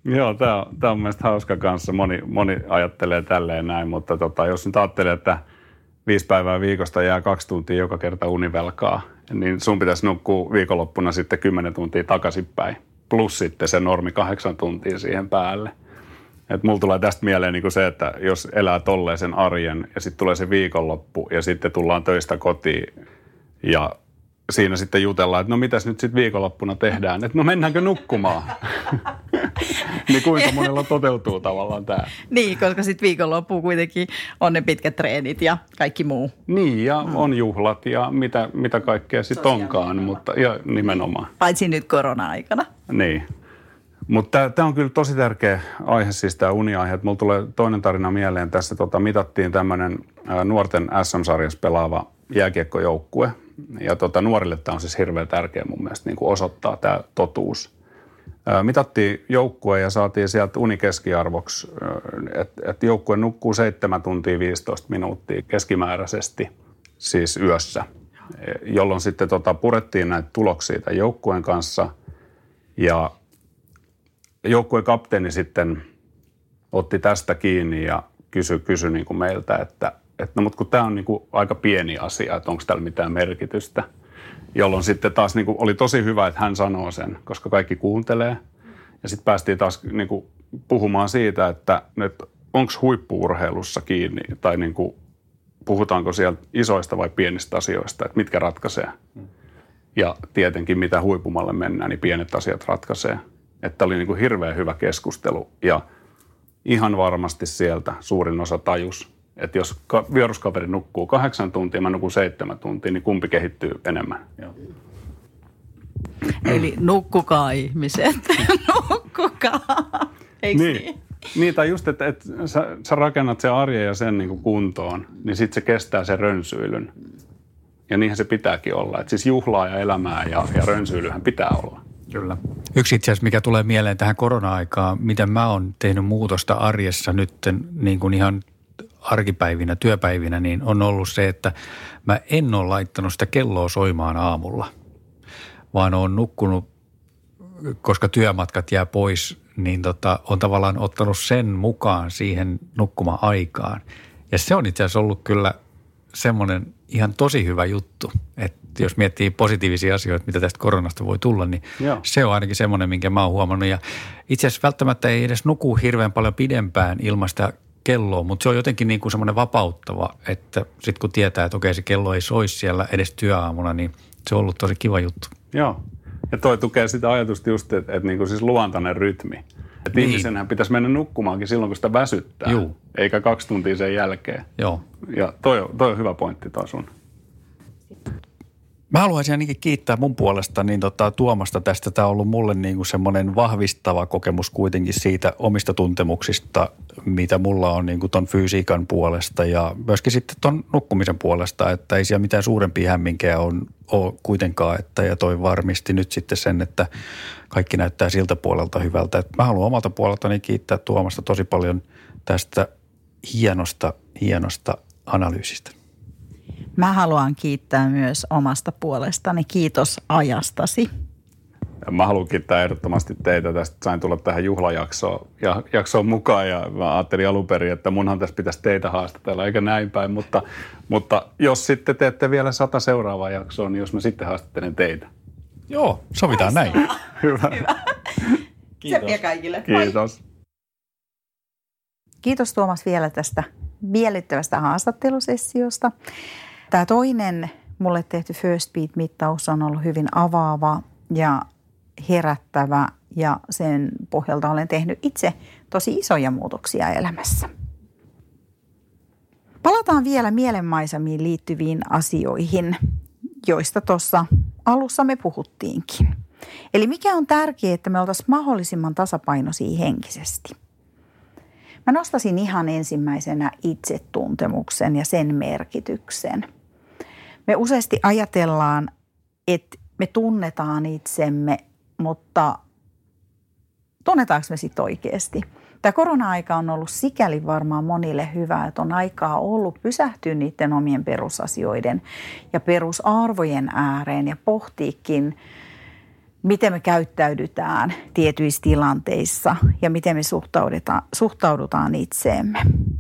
Joo, tämä on mielestäni hauska kanssa. Moni ajattelee tälleen näin, mutta jos nyt ajattelee, että 5 päivää viikosta jää 2 tuntia joka kerta univelkaa, niin sun pitäisi nukkua viikonloppuna sitten 10 tuntia takaisinpäin. Plus sitten se normi 8 tuntia siihen päälle. Et mulla tulee tästä mieleen niin kuin se, että jos elää tolleen sen arjen ja sitten tulee se viikonloppu ja sitten tullaan töistä kotiin ja siinä sitten jutellaan, että no mitäs nyt sitten viikonloppuna tehdään, että no mennäänkö nukkumaan? Niin kuinka monella toteutuu tavallaan tämä? Niin, koska sitten viikonloppu kuitenkin on ne pitkät treenit ja kaikki muu. Niin, ja on juhlat ja mitä kaikkea sitten onkaan, mutta ja nimenomaan. Paitsi nyt korona-aikana. Niin. Mutta tämä on kyllä tosi tärkeä aihe, siis tämä uniaihe. Mulla tulee toinen tarina mieleen tässä. Mitattiin tämmöinen nuorten SM-sarjassa pelaava jääkiekkojoukkue. Ja nuorille tämä on siis hirveän tärkeä mun mielestä niin kuin osoittaa tämä totuus. Mitattiin joukkue ja saatiin sieltä unikeskiarvoksi, että joukkue nukkuu 7 tuntia 15 minuuttia keskimääräisesti, siis yössä. Jolloin sitten purettiin näitä tuloksia tämän joukkueen kanssa ja joukkueen kapteeni sitten otti tästä kiinni ja kysyi niin kuin meiltä, että no mutta kun tämä on niin kuin aika pieni asia, että onko tällä mitään merkitystä. Jolloin sitten taas niin kuin oli tosi hyvä, että hän sanoo sen, koska kaikki kuuntelee. Ja sitten päästiin taas niin kuin puhumaan siitä, että onko huippu-urheilussa kiinni tai niin kuin, puhutaanko siellä isoista vai pienistä asioista, että mitkä ratkaisee. Ja tietenkin mitä huipumalle mennään, niin pienet asiat ratkaisee. Että oli niin kuin hirveän hyvä keskustelu ja ihan varmasti sieltä suurin osa tajus, että jos vieruskaveri nukkuu 8 tuntia ja mä nukun 7 tuntia, niin kumpi kehittyy enemmän. Joo. Eli nukkukaa ihmiset, nukkukaa, eikö niin? Niin, tai just, että sä rakennat sen arjen ja sen niin kuin kuntoon, niin sitten se kestää sen rönsyilyn. Ja niinhän se pitääkin olla. Että siis juhlaa ja elämää ja rönsyilyhän pitää olla. Kyllä. Yksi itse asiassa, mikä tulee mieleen tähän korona-aikaan, miten mä oon tehnyt muutosta arjessa nyt niin kuin ihan arkipäivinä, työpäivinä, niin on ollut se, että mä en ole laittanut sitä kelloa soimaan aamulla, vaan oon nukkunut, koska työmatkat jää pois, niin on tavallaan ottanut sen mukaan siihen nukkuma-aikaan. Ja se on itse asiassa ollut kyllä semmoinen ihan tosi hyvä juttu, että jos miettii positiivisia asioita, mitä tästä koronasta voi tulla, niin se on ainakin semmoinen, minkä mä oon huomannut. Ja itse asiassa välttämättä ei edes nuku hirveän paljon pidempään ilman sitä kelloa, mutta se on jotenkin niin kuin semmoinen vapauttava, että sitten kun tietää, että okei, se kello ei soisi siellä edes työaamuna, niin se on ollut tosi kiva juttu. Joo, ja toi tukee sitä ajatusta just, että niin kuin siis luontainen rytmi. Että niin. Ihmisenhän pitäisi mennä nukkumaankin silloin, kun sitä väsyttää, eikä 2 tuntia sen jälkeen. Joo. Ja toi on hyvä pointti toi sun. Mä haluaisin ainakin kiittää mun puolesta niin Tuomasta tästä. Tämä on ollut mulle niin kuin semmoinen vahvistava kokemus kuitenkin siitä omista tuntemuksista, mitä mulla on niin kuin ton fysiikan puolesta ja myöskin sitten ton nukkumisen puolesta, että ei siellä mitään suurempia hämminkeä ole kuitenkaan. Ja toi varmisti nyt sitten sen, että kaikki näyttää siltä puolelta hyvältä. Et mä haluan omalta puoleltani kiittää Tuomasta tosi paljon tästä hienosta analyysistä. Mä haluan kiittää myös omasta puolestani. Kiitos ajastasi. Mä haluan kiittää ehdottomasti teitä tästä. Sain tulla tähän juhlajaksoon mukaan ja mä ajattelin alun perin, että munhan tässä pitäisi teitä haastatella eikä näin päin. Mutta jos sitten teette vielä 100 seuraavaa jaksoa, niin jos mä sitten haastattelen teitä. Joo, sovitaan näin. Hyvä. Kiitos. Tseppiä kaikille. Kiitos. Kiitos Tuomas vielä tästä miellyttävästä haastattelusessiosta. Tämä toinen mulle tehty First Beat-mittaus on ollut hyvin avaava ja herättävä ja sen pohjalta olen tehnyt itse tosi isoja muutoksia elämässä. Palataan vielä mielenmaisemiin liittyviin asioihin, joista tuossa alussa me puhuttiinkin. Eli mikä on tärkeää, että me oltaisiin mahdollisimman tasapainoisia henkisesti. Mä nostasin ihan ensimmäisenä itsetuntemuksen ja sen merkityksen. Me useasti ajatellaan, että me tunnetaan itsemme, mutta tunnetaanko me sitten oikeasti? Tämä korona-aika on ollut sikäli varmaan monille hyvä, että on aikaa ollut pysähtyä niiden omien perusasioiden ja perusarvojen ääreen ja pohtiikin miten me käyttäydytään tietyissä tilanteissa ja miten me suhtaudutaan itseemme.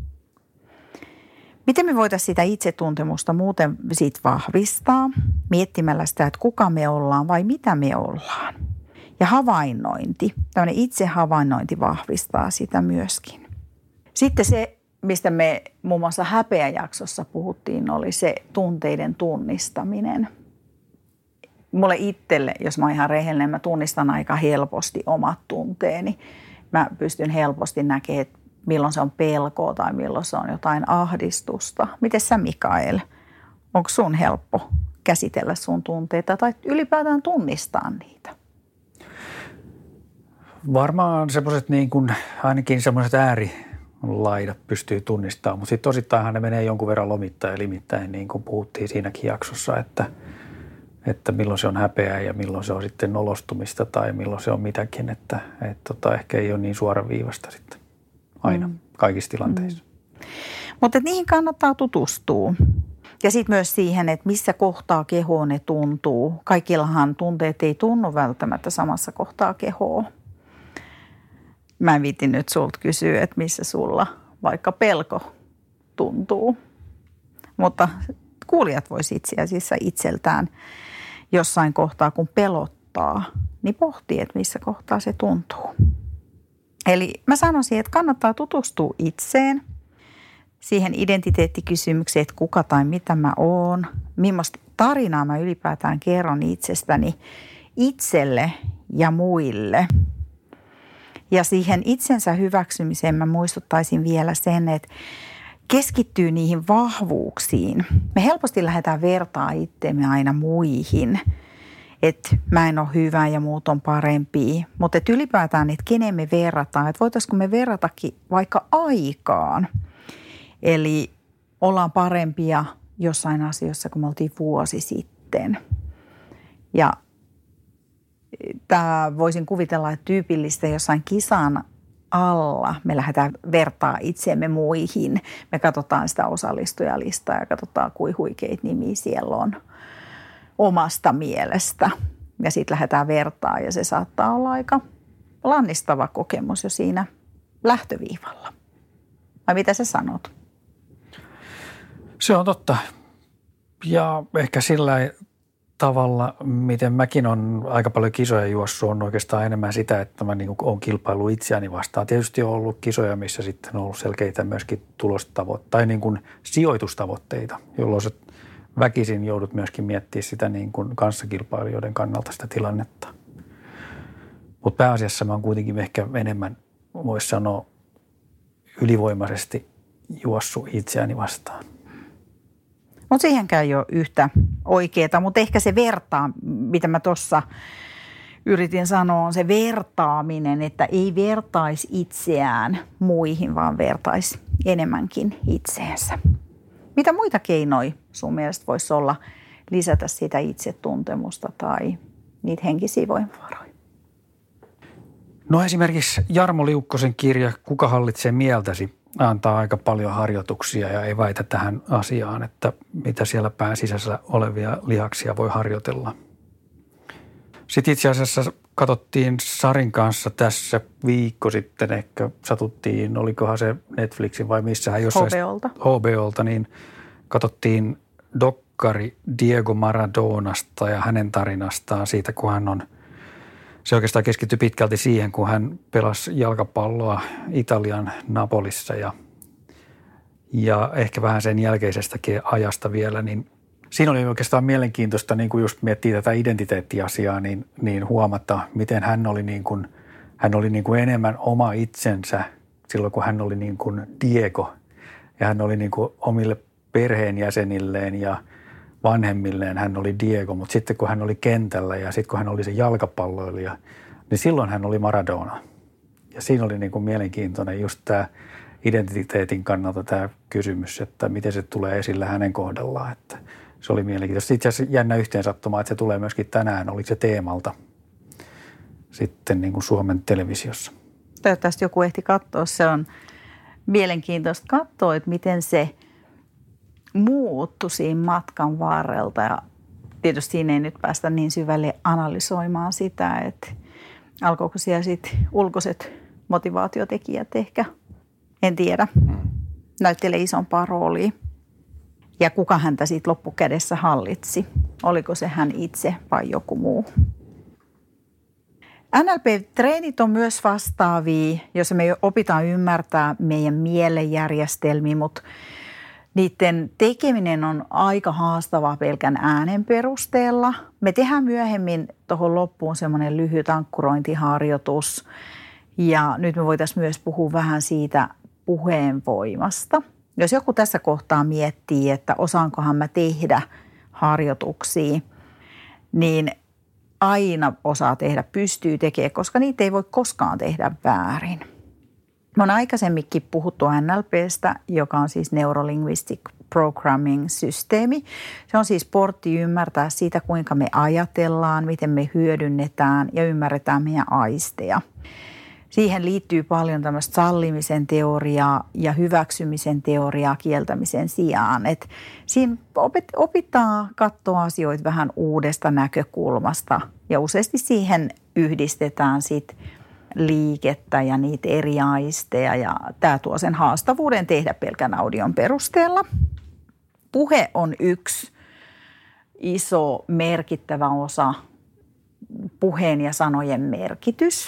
Miten me voitaisiin sitä itsetuntemusta muuten siitä vahvistaa miettimällä sitä, että kuka me ollaan vai mitä me ollaan. Ja havainnointi, tämmöinen itsehavainnointi vahvistaa sitä myöskin. Sitten se, mistä me muun muassa häpeäjaksossa puhuttiin, oli se tunteiden tunnistaminen. Mulle itselle, jos mä oon ihan rehellinen, mä tunnistan aika helposti omat tunteeni. Mä pystyn helposti näkemään, että milloin se on pelkoa tai milloin se on jotain ahdistusta. Miten sä, Mikael? Onko sun helppo käsitellä sun tunteita tai ylipäätään tunnistaa niitä? Varmaan semmoiset niin kuin, ainakin semmoiset äärilaidat pystyy tunnistamaan, mutta sitten osittainhan ne menee jonkun verran lomittain ja limittäin, niin kuin puhuttiin siinäkin jaksossa, että milloin se on häpeää ja milloin se on sitten nolostumista tai milloin se on mitäkin, että ehkä ei ole niin suoraviivasta sitten aina kaikissa tilanteissa. Mutta niihin kannattaa tutustua. Ja sitten myös siihen, että missä kohtaa kehoa ne tuntuu. Kaikillahan tunteet ei tunnu välttämättä samassa kohtaa kehoa. Mä en viitin nyt sulta kysyä, että missä sulla vaikka pelko tuntuu. Mutta kuulijat voisi itse asiassa itseltään jossain kohtaa, kun pelottaa, niin pohtii, että missä kohtaa se tuntuu. Eli mä sanoisin, että kannattaa tutustua itseen, siihen identiteettikysymykseen, että kuka tai mitä mä oon, millaista tarinaa mä ylipäätään kerron itsestäni itselle ja muille. Ja siihen itsensä hyväksymiseen mä muistuttaisin vielä sen, että keskittyy niihin vahvuuksiin. Me helposti lähdetään vertaa itseämme aina muihin, että mä en ole hyvä ja muut on parempia. Mutta ylipäätään, että kenen me verrataan, että voitaisiinko me verratakin vaikka aikaan. Eli ollaan parempia jossain asioissa, kun me oltiin vuosi sitten. Ja tämä voisin kuvitella, että tyypillistä jossain kisan alla me lähdetään vertaa itseemme muihin. Me katsotaan sitä osallistujalistaa ja katsotaan, kuinka huikeita nimiä siellä on omasta mielestä. Ja sitten lähdetään vertaa ja se saattaa olla aika lannistava kokemus jo siinä lähtöviivalla. Vai mitä sä sanot? Se on totta. Ja ehkä sillä tavalla, miten mäkin on aika paljon kisoja juossut, on oikeastaan enemmän sitä, että mä niin olen kilpailu itseäni vastaan. Tietysti on ollut kisoja, missä sitten on ollut selkeitä myöskin tulostavoitteita tai niin kuin sijoitustavoitteita, jolloin se väkisin joudut myöskin miettimään sitä niin kuin kanssakilpailijoiden kannalta sitä tilannetta. Mutta pääasiassa mä oon kuitenkin ehkä enemmän, voisi sanoa, ylivoimaisesti juossut itseäni vastaan. Mutta siihenkään ei ole yhtä oikeaa, mutta ehkä se vertaa, mitä mä tuossa yritin sanoa, on se vertaaminen, että ei vertaisi itseään muihin, vaan vertaisi enemmänkin itseensä. Mitä muita keinoja sun mielestä voisi olla lisätä sitä itsetuntemusta tai niitä henkisiä voimavaroja? No esimerkiksi Jarmo Liukkosen kirja Kuka hallitsee mieltäsi antaa aika paljon harjoituksia ja eväitä tähän asiaan, että mitä siellä pään sisällä olevia lihaksia voi harjoitella. Sitten itse asiassa katsottiin Sarin kanssa tässä viikko sitten, ehkä satuttiin, olikohan se Netflixin vai missähän jossain. HBOlta, niin katsottiin dokkari Diego Maradonasta ja hänen tarinastaan siitä, kun hän on, se oikeastaan keskittyi pitkälti siihen, kun hän pelasi jalkapalloa Italian Napolissa ja ehkä vähän sen jälkeisestäkin ajasta vielä, niin siinä oli oikeastaan mielenkiintoista, niin kuin just miettii tätä identiteettiasiaa, niin huomata, miten hän oli niin kuin enemmän oma itsensä silloin, kun hän oli niin kuin Diego. Ja hän oli niin kuin omille perheenjäsenilleen ja vanhemmilleen hän oli Diego, mutta sitten kun hän oli kentällä ja sitten kun hän oli se jalkapalloilija, niin silloin hän oli Maradona. Ja siinä oli niin kuin mielenkiintoinen just tämä identiteetin kannalta tämä kysymys, että miten se tulee esille hänen kohdallaan, että se oli mielenkiintoista. Itse asiassa jännä yhteensattuma, että se tulee myöskin tänään, oliko se teemalta sitten niin kuin Suomen televisiossa. Toivottavasti joku ehti katsoa. Se on mielenkiintoista katsoa, että miten se muuttui siinä matkan varrelta. Ja tietysti siinä ei nyt päästä niin syvälle analysoimaan sitä, että alkoiko siellä sitten ulkoiset motivaatiotekijät ehkä, en tiedä, näyttelee isompaa roolia. Ja kuka häntä sitten loppukädessä hallitsi? Oliko se hän itse vai joku muu? NLP-treenit on myös vastaavia, jos me opitaan ymmärtää meidän mielenjärjestelmiä, mutta niiden tekeminen on aika haastavaa pelkän äänen perusteella. Me tehdään myöhemmin tuohon loppuun semmoinen lyhyt ankkurointiharjoitus. Ja nyt me voitaisiin myös puhua vähän siitä puheenvoimasta. Jos joku tässä kohtaa miettii, että osaankohan mä tehdä harjoituksia, niin aina osaa tehdä, pystyy tekemään, koska niitä ei voi koskaan tehdä väärin. Mä oon aikaisemminkin puhuttu NLPstä, joka on siis Neuro-Linguistic Programming-systeemi. Se on siis portti ymmärtää siitä, kuinka me ajatellaan, miten me hyödynnetään ja ymmärretään meidän aisteja. Siihen liittyy paljon tämmöistä sallimisen teoriaa ja hyväksymisen teoriaa kieltämisen sijaan. Et siinä opitaan katsoa asioita vähän uudesta näkökulmasta ja useasti siihen yhdistetään sit liikettä ja niitä eri aisteja ja tämä tuo sen haastavuuden tehdä pelkän audion perusteella. Puhe on yksi iso merkittävä osa puheen ja sanojen merkitys.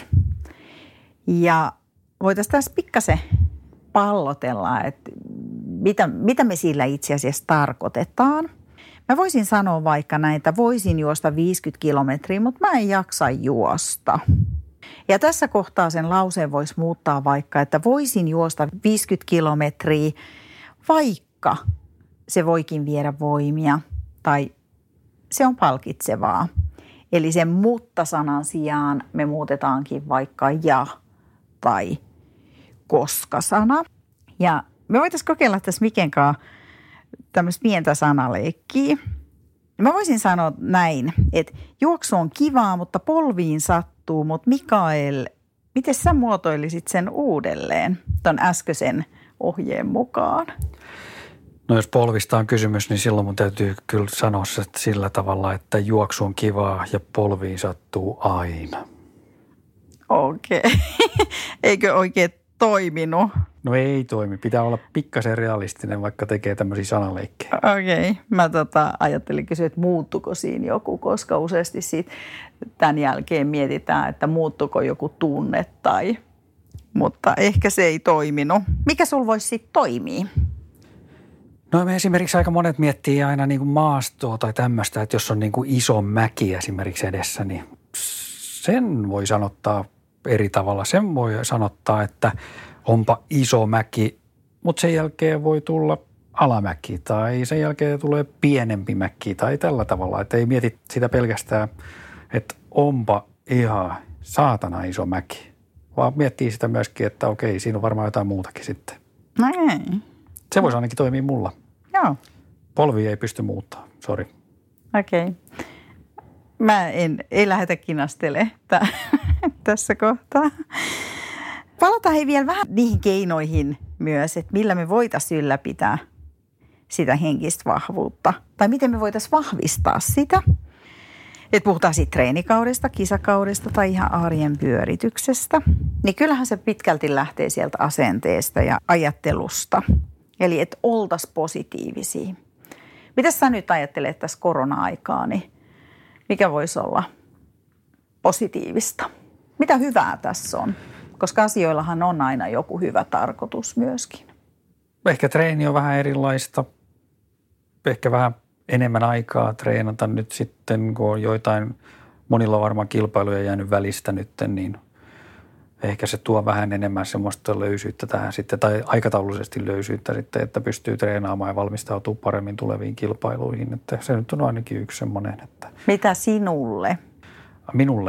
Ja voitaisiin tässä pikkasen pallotella, että mitä me sillä itse asiassa tarkoitetaan. Mä voisin sanoa vaikka näin, että voisin juosta 50 kilometriä, mutta mä en jaksa juosta. Ja tässä kohtaa sen lauseen voisi muuttaa vaikka, että voisin juosta 50 kilometriä, vaikka se voikin viedä voimia tai se on palkitsevaa. Eli sen mutta-sanan sijaan me muutetaankin vaikka ja tai koska-sana. Ja me voitaisiin kokeilla tässä Miken kanssa tämmöistä pientä sanaleikkiä. Mä voisin sanoa näin, että juoksu on kivaa, mutta polviin sattuu. Mutta Mikael, miten sä muotoilisit sen uudelleen ton äskeisen ohjeen mukaan? No jos polvista on kysymys, niin silloin mun täytyy kyllä sanoa se sillä tavalla, että juoksu on kivaa ja polviin sattuu aina. Okei. Eikö oikein toiminut? No ei toimi. Pitää olla pikkasen realistinen, vaikka tekee tämmöisiä sanaleikkejä. Okei. Mä ajattelin kysyä, että muuttuko siinä joku, koska useasti sit tämän jälkeen mietitään, että muuttuko joku tunne tai, mutta ehkä se ei toiminut. Mikä sul voisi sitten toimia? No me esimerkiksi aika monet miettii aina niin kuin maastoa tai tämmöistä, että jos on niin kuin iso mäki esimerkiksi edessä, niin sen voi sanottaa eri tavalla. Sen voi sanottaa, että onpa iso mäki, mutta sen jälkeen voi tulla alamäki tai sen jälkeen tulee pienempi mäki tai tällä tavalla. Että ei mieti sitä pelkästään, että onpa ihan saatana iso mäki, vaan miettii sitä myöskin, että okei, siinä on varmaan jotain muutakin sitten. No ei. Se voisi ainakin toimia mulla. Joo. Polvi ei pysty muuttaa, sori. Okei. Mä ei lähdetä kinastelemaan tässä kohtaa. Palataan vielä vähän niihin keinoihin myös, että millä me voitaisiin ylläpitää sitä henkistä vahvuutta. Tai miten me voitaisiin vahvistaa sitä. Että puhutaan siitä treenikaudesta, kisakaudesta tai ihan arjen pyörityksestä. Niin kyllähän se pitkälti lähtee sieltä asenteesta ja ajattelusta. Eli että oltaisiin positiivisia. Mitäs sä nyt ajattelet tässä korona-aikaa, niin mikä voisi olla positiivista? Mitä hyvää tässä on? Koska asioillahan on aina joku hyvä tarkoitus myöskin. Ehkä treeni on vähän erilaista. Ehkä vähän enemmän aikaa treenata nyt sitten, kun on joitain, monilla on varmaan kilpailuja jäänyt välistä nyt, niin ehkä se tuo vähän enemmän semmoista löysyyttä tähän sitten, tai aikataulullisesti löysyyttä sitten, että pystyy treenaamaan ja valmistautuu paremmin tuleviin kilpailuihin. Että se nyt on ainakin yksi semmoinen. Että mitä sinulle? Minulle?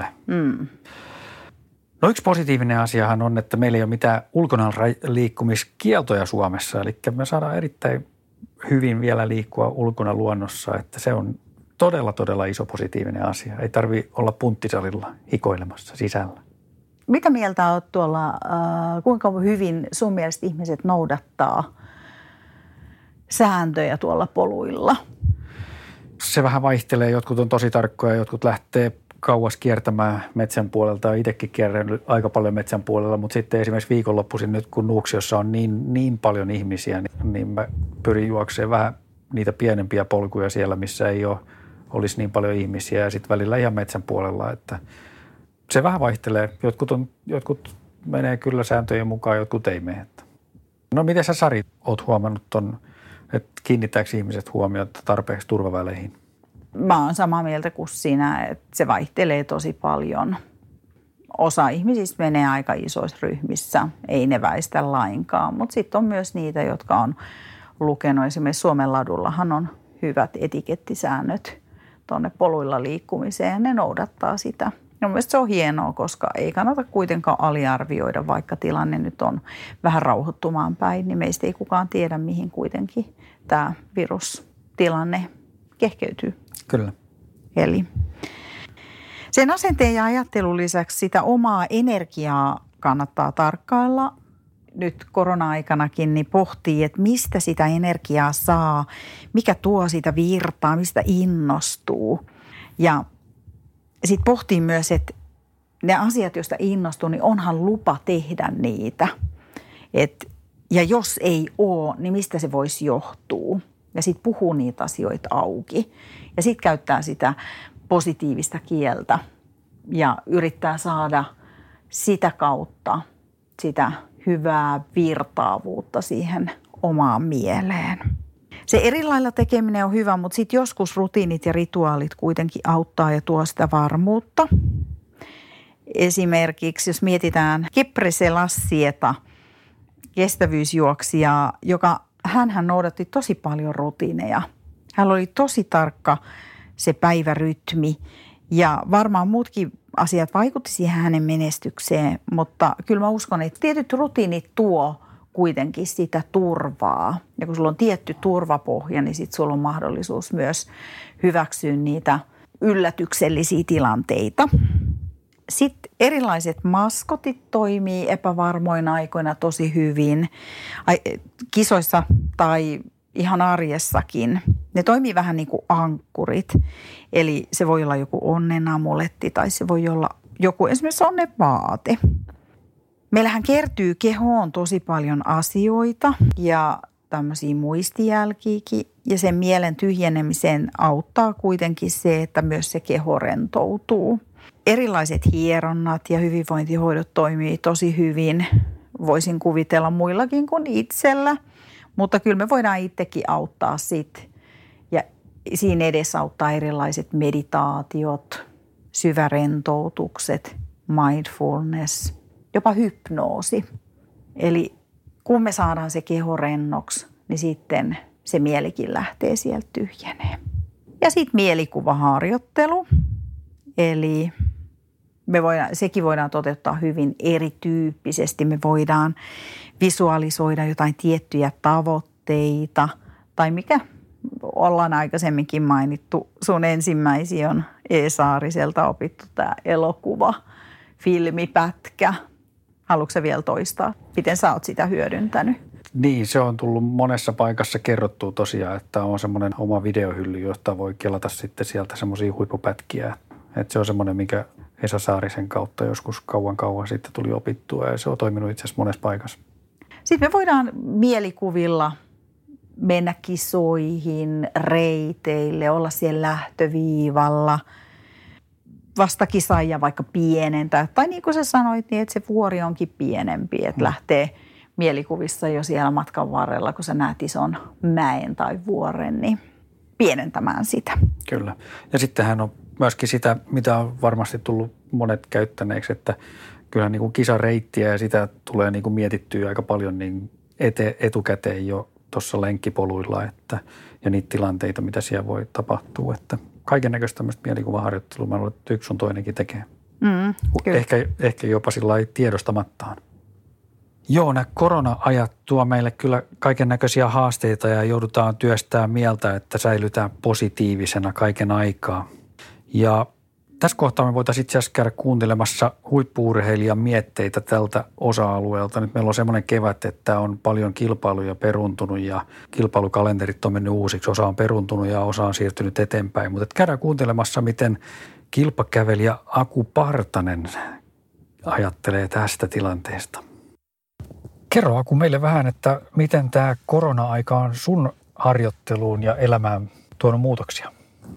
No yksi positiivinen asiahan on, että meillä ei ole mitään ulkona liikkumiskieltoja Suomessa, eli me saadaan erittäin hyvin vielä liikkua ulkona luonnossa, että se on todella, todella iso positiivinen asia. Ei tarvitse olla punttisalilla hikoilemassa sisällä. Mitä mieltä olet tuolla, kuinka hyvin sun mielestä ihmiset noudattaa sääntöjä tuolla poluilla? Se vähän vaihtelee. Jotkut on tosi tarkkoja, jotkut lähtee kauas kiertämään metsän puolelta. Itsekin kierrän aika paljon metsän puolella, mutta sitten esimerkiksi viikonloppuisin nyt, kun Nuuksiossa on niin paljon ihmisiä, niin mä pyrin juoksemaan vähän niitä pienempiä polkuja siellä, missä ei olisi niin paljon ihmisiä ja sitten välillä ihan metsän puolella, että se vähän vaihtelee. Jotkut menee kyllä sääntöjen mukaan, jotkut ei mene. No miten sä, Sari, oot huomannut ton, että kiinnittääkö ihmiset huomiota tarpeeksi turvaväleihin? Mä oon samaa mieltä kuin sinä, että se vaihtelee tosi paljon. Osa ihmisistä menee aika isoissa ryhmissä, ei ne väistä lainkaan, mutta sitten on myös niitä, jotka on lukenut. Esimerkiksi Suomen ladullahan on hyvät etikettisäännöt tuonne poluilla liikkumiseen ja ne noudattaa sitä. Ja mielestäni se on hienoa, koska ei kannata kuitenkaan aliarvioida, vaikka tilanne nyt on vähän rauhoittumaan päin, niin meistä ei kukaan tiedä, mihin kuitenkin tämä virustilanne kehkeytyy. Kyllä. Eli sen asenteen ja ajattelun lisäksi sitä omaa energiaa kannattaa tarkkailla. Nyt korona-aikanakin niin pohtii, että mistä sitä energiaa saa, mikä tuo sitä virtaa, mistä innostuu. Ja sitten pohtii myös, että ne asiat, joista innostuu, niin onhan lupa tehdä niitä. Ja jos ei ole, niin mistä se voisi johtua. Ja sitten puhuu niitä asioita auki. Ja sitten käyttää sitä positiivista kieltä ja yrittää saada sitä kautta sitä hyvää virtaavuutta siihen omaan mieleen. Se eri lailla tekeminen on hyvä, mutta sitten joskus rutiinit ja rituaalit kuitenkin auttaa ja tuo sitä varmuutta. Esimerkiksi jos mietitään Gebre Selassieta, kestävyysjuoksijaa, hänhän noudatti tosi paljon rutiineja. Hän oli tosi tarkka se päivärytmi ja varmaan muutkin asiat vaikutti siihen hänen menestykseen, mutta kyllä mä uskon, että tietyt rutiinit tuo kuitenkin sitä turvaa. Ja kun sulla on tietty turvapohja, niin sitten sulla on mahdollisuus myös hyväksyä niitä yllätyksellisiä tilanteita. Sitten erilaiset maskotit toimii epävarmoina aikoina tosi hyvin, kisoissa tai ihan arjessakin. Ne toimii vähän niin kuin ankkurit, eli se voi olla joku onnenamuletti tai se voi olla joku esimerkiksi onnevaate. Meillähän kertyy kehoon tosi paljon asioita ja tämmöisiä muistijälkiäkin ja sen mielen tyhjenemiseen auttaa kuitenkin se, että myös se keho rentoutuu. Erilaiset hieronnat ja hyvinvointihoidot toimii tosi hyvin. Voisin kuvitella muillakin kuin itsellä, mutta kyllä me voidaan itsekin auttaa sit. Ja siinä edesauttaa erilaiset meditaatiot, syvärentoutukset, mindfulness, jopa hypnoosi. Eli kun me saadaan se keho rennoksi, niin sitten se mielikin lähtee sieltä tyhjeneen. Ja sitten mielikuvaharjoittelu, eli sekin voidaan toteuttaa hyvin erityyppisesti. Me voidaan visualisoida jotain tiettyjä tavoitteita tai mikä ollaan aikaisemminkin mainittu. Sun ensimmäisiä on E. Saariselta opittu tämä elokuva, filmipätkä. Haluatko sä vielä toistaa? Miten sä oot sitä hyödyntänyt? Niin, se on tullut monessa paikassa kerrottua tosiaan, että on semmoinen oma videohylly, josta voi kelata sitten sieltä semmoisia huippupätkiä. Että se on semmoinen, mikä Esa Saarisen kautta joskus kauan sitten tuli opittua ja se on toiminut itse asiassa monessa paikassa. Sitten me voidaan mielikuvilla mennä kisoihin, reiteille, olla siellä lähtöviivalla, vasta kisaajia vaikka pienentää. Tai niin kuin sä sanoit, niin että se vuori onkin pienempi, että lähtee mielikuvissa jo siellä matkan varrella, kun sä näet ison mäen tai vuoren, niin pienentämään sitä. Kyllä. Ja sittenhän on myöskin sitä, mitä on varmasti tullut monet käyttäneeksi, että kyllä niin kuin kisareittiä ja sitä tulee niin kuin mietittyä aika paljon niin etukäteen jo tuossa lenkkipoluilla ja niitä tilanteita, mitä siellä voi tapahtua. Että kaiken näköistä tämmöistä mielikuvaharjoittelua, mä luulen, että yksi sun toinenkin tekee. Ehkä jopa sillä lailla tiedostamattaan. Joo, nämä korona-ajat tuo meille kyllä kaiken näköisiä haasteita ja joudutaan työstämään mieltä, että säilytään positiivisena kaiken aikaa. Ja Tässä kohtaa me voitaisiin itse asiassa käydä kuuntelemassa huippu-urheilijan mietteitä tältä osa-alueelta. Nyt meillä on semmoinen kevät, että on paljon kilpailuja peruntunut ja kilpailukalenterit on mennyt uusiksi. Osa on peruntunut ja osa on siirtynyt eteenpäin. Mutta käydään kuuntelemassa, miten kilpakävelijä Aku Partanen ajattelee tästä tilanteesta. Kerro Aku meille vähän, että miten tämä korona-aika on sun harjoitteluun ja elämään tuonut muutoksia?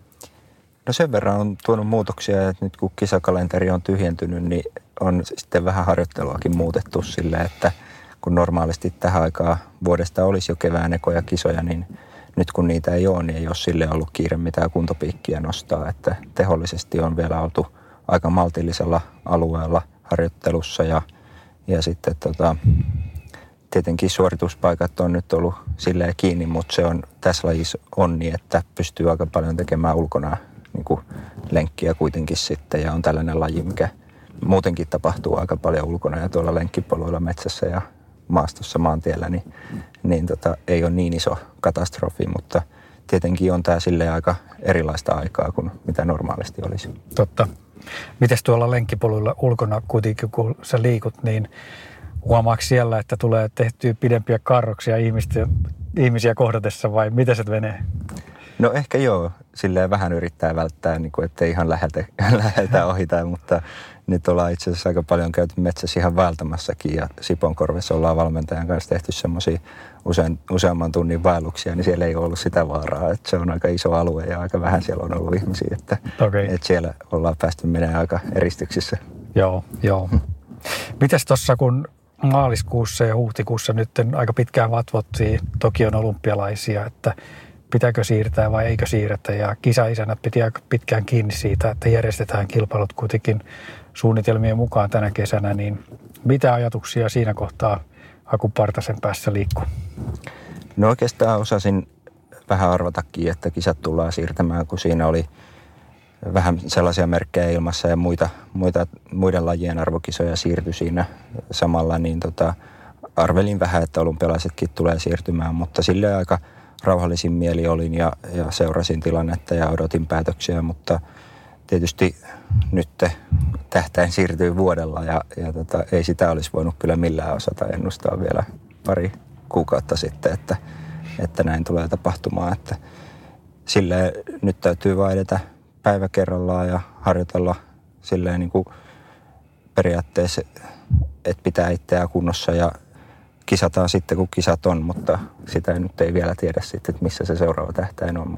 No sen verran on tuonut muutoksia, että nyt kun kisakalenteri on tyhjentynyt, niin on sitten vähän harjoitteluakin muutettu silleen, että kun normaalisti tähän aikaan vuodesta olisi jo kevään ekoja kisoja, niin nyt kun niitä ei ole, niin ei ole sille ollut kiire mitään kuntopiikkiä nostaa, että tehollisesti on vielä oltu aika maltillisella alueella harjoittelussa ja sitten tietenkin suorituspaikat on nyt ollut silleen kiinni, mutta se on tässä lajissa on niin, että pystyy aika paljon tekemään ulkona niin kuin lenkkiä kuitenkin sitten ja on tällainen laji, mikä muutenkin tapahtuu aika paljon ulkona ja tuolla lenkkipoluilla metsässä ja maastossa maantiellä, niin ei ole niin iso katastrofi, mutta tietenkin on tämä silleen aika erilaista aikaa kuin mitä normaalisti olisi. Totta. Mites tuolla lenkkipoluilla ulkona kuitenkin, kun sä liikut, niin huomaako siellä, että tulee tehtyä pidempiä karroksia ihmisiä kohdatessa vai miten se menee? No ehkä joo. Silleen vähän yrittää välttää, niin kuin, ettei ihan läheltä ohita, mutta nyt ollaan itse asiassa aika paljon käyty metsässä ihan vaeltamassakin ja Sipoonkorvessa ollaan valmentajan kanssa tehty semmoisia useamman tunnin vaelluksia, niin siellä ei ole ollut sitä vaaraa, että se on aika iso alue ja aika vähän siellä on ollut ihmisiä, että siellä ollaan päästy menemään aika eristyksissä. Joo. Mites tuossa kun maaliskuussa ja huhtikuussa nyt aika pitkään vatvottiin Tokion olympialaisia, että pitääkö siirtää vai eikö siirretä ja kisaisänät piti aika pitkään kiinni siitä, että järjestetään kilpailut kuitenkin suunnitelmien mukaan tänä kesänä, niin mitä ajatuksia siinä kohtaa Aku Partasen päässä liikkuu? No oikeastaan osasin vähän arvatakin, että kisat tullaan siirtämään, kun siinä oli vähän sellaisia merkkejä ilmassa ja muiden lajien arvokisoja siirtyi siinä samalla, niin arvelin vähän, että olympialaisetkin tulee siirtymään, mutta silleen aika rauhallisin mieli olin ja seurasin tilannetta ja odotin päätöksiä, mutta tietysti nyt tähtäin siirtyy vuodella ja ei sitä olisi voinut kyllä millään osata ennustaa vielä pari kuukautta sitten, että näin tulee tapahtumaan, että silleen nyt täytyy vaan edetä päivä kerrallaan ja harjoitella silleen niin kuin periaatteessa, että pitää itseään kunnossa ja kisataan sitten, kun kisat on, mutta sitä nyt ei vielä tiedä sitten, että missä se seuraava tähtäin on,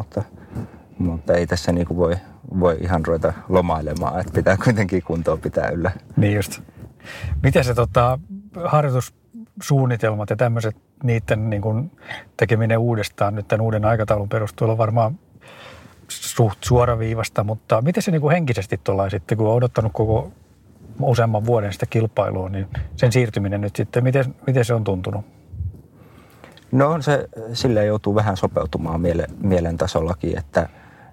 mutta ei tässä niin kuin voi ihan ruveta lomailemaan, että pitää kuitenkin kuntoa pitää yllä. Niin just. Miten se harjoitussuunnitelmat ja tämmöiset niiden niin kuin tekeminen uudestaan nyt tämän uuden aikataulun perusteella varmaan suht suoraviivasta, mutta miten se niin kuin henkisesti tuolla sitten, kun on odottanut koko useamman vuoden sitä kilpailua, niin sen siirtyminen nyt sitten, miten se on tuntunut? No se silleen joutuu vähän sopeutumaan mielen tasollakin, että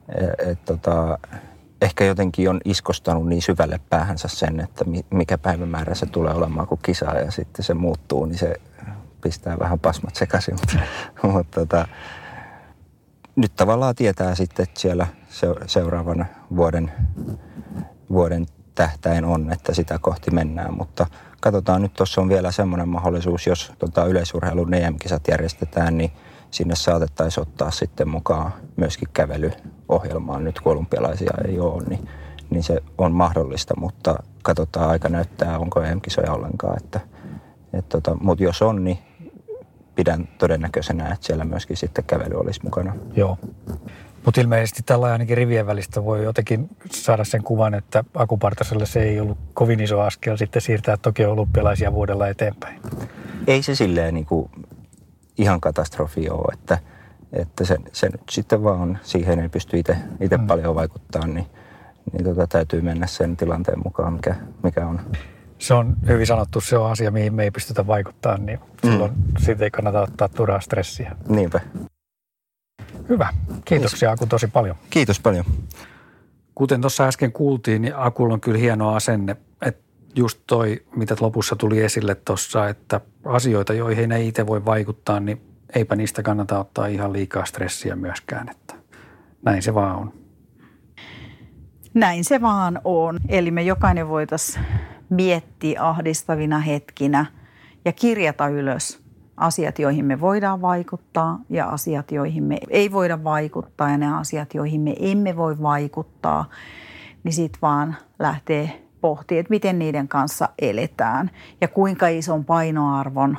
ehkä jotenkin on iskostanut niin syvälle päähänsä sen, että mikä päivämäärä se tulee olemaan, kun kisaa ja sitten se muuttuu, niin se pistää vähän pasmat sekaisin. mutta nyt tavallaan tietää sitten, että siellä seuraavan vuoden tähtäin on, että sitä kohti mennään, mutta katsotaan nyt, tuossa on vielä semmoinen mahdollisuus, jos yleisurheilun EM-kisat järjestetään, niin sinne saatettaisiin ottaa sitten mukaan myöskin kävelyohjelmaan nyt, kun olympialaisia ei ole, niin se on mahdollista, mutta katsotaan, aika näyttää, onko EM-kisoja ollenkaan, mutta jos on, niin pidän todennäköisenä, että siellä myöskin sitten kävely olisi mukana. Joo. Mutta ilmeisesti tällä ainakin rivien välistä voi jotenkin saada sen kuvan, että Aku Partaselle se ei ollut kovin iso askel sitten siirtää Tokion olympialaisia vuodella eteenpäin. Ei se silleen niin kuin ihan katastrofi ole, että se nyt sitten vaan siihen ei pysty itse paljon vaikuttaa, niin täytyy mennä sen tilanteen mukaan, mikä on. Se on hyvin sanottu, se on asia, mihin me ei pystytä vaikuttamaan, niin silloin siitä ei kannata ottaa turhaa stressiä. Niinpä. Hyvä. Kiitoksia Aku tosi paljon. Kiitos paljon. Kuten tuossa äsken kuultiin, niin Akulla on kyllä hieno asenne, että just toi, mitä lopussa tuli esille tuossa, että asioita, joihin ei itse voi vaikuttaa, niin eipä niistä kannata ottaa ihan liikaa stressiä myöskään, että näin se vaan on. Näin se vaan on. Eli me jokainen voitaisiin miettiä ahdistavina hetkinä ja kirjata ylös asiat, joihin me voidaan vaikuttaa ja asiat, joihin me ei voida vaikuttaa ja ne asiat, joihin me emme voi vaikuttaa, niin sitten vaan lähtee pohtimaan, että miten niiden kanssa eletään ja kuinka ison painoarvon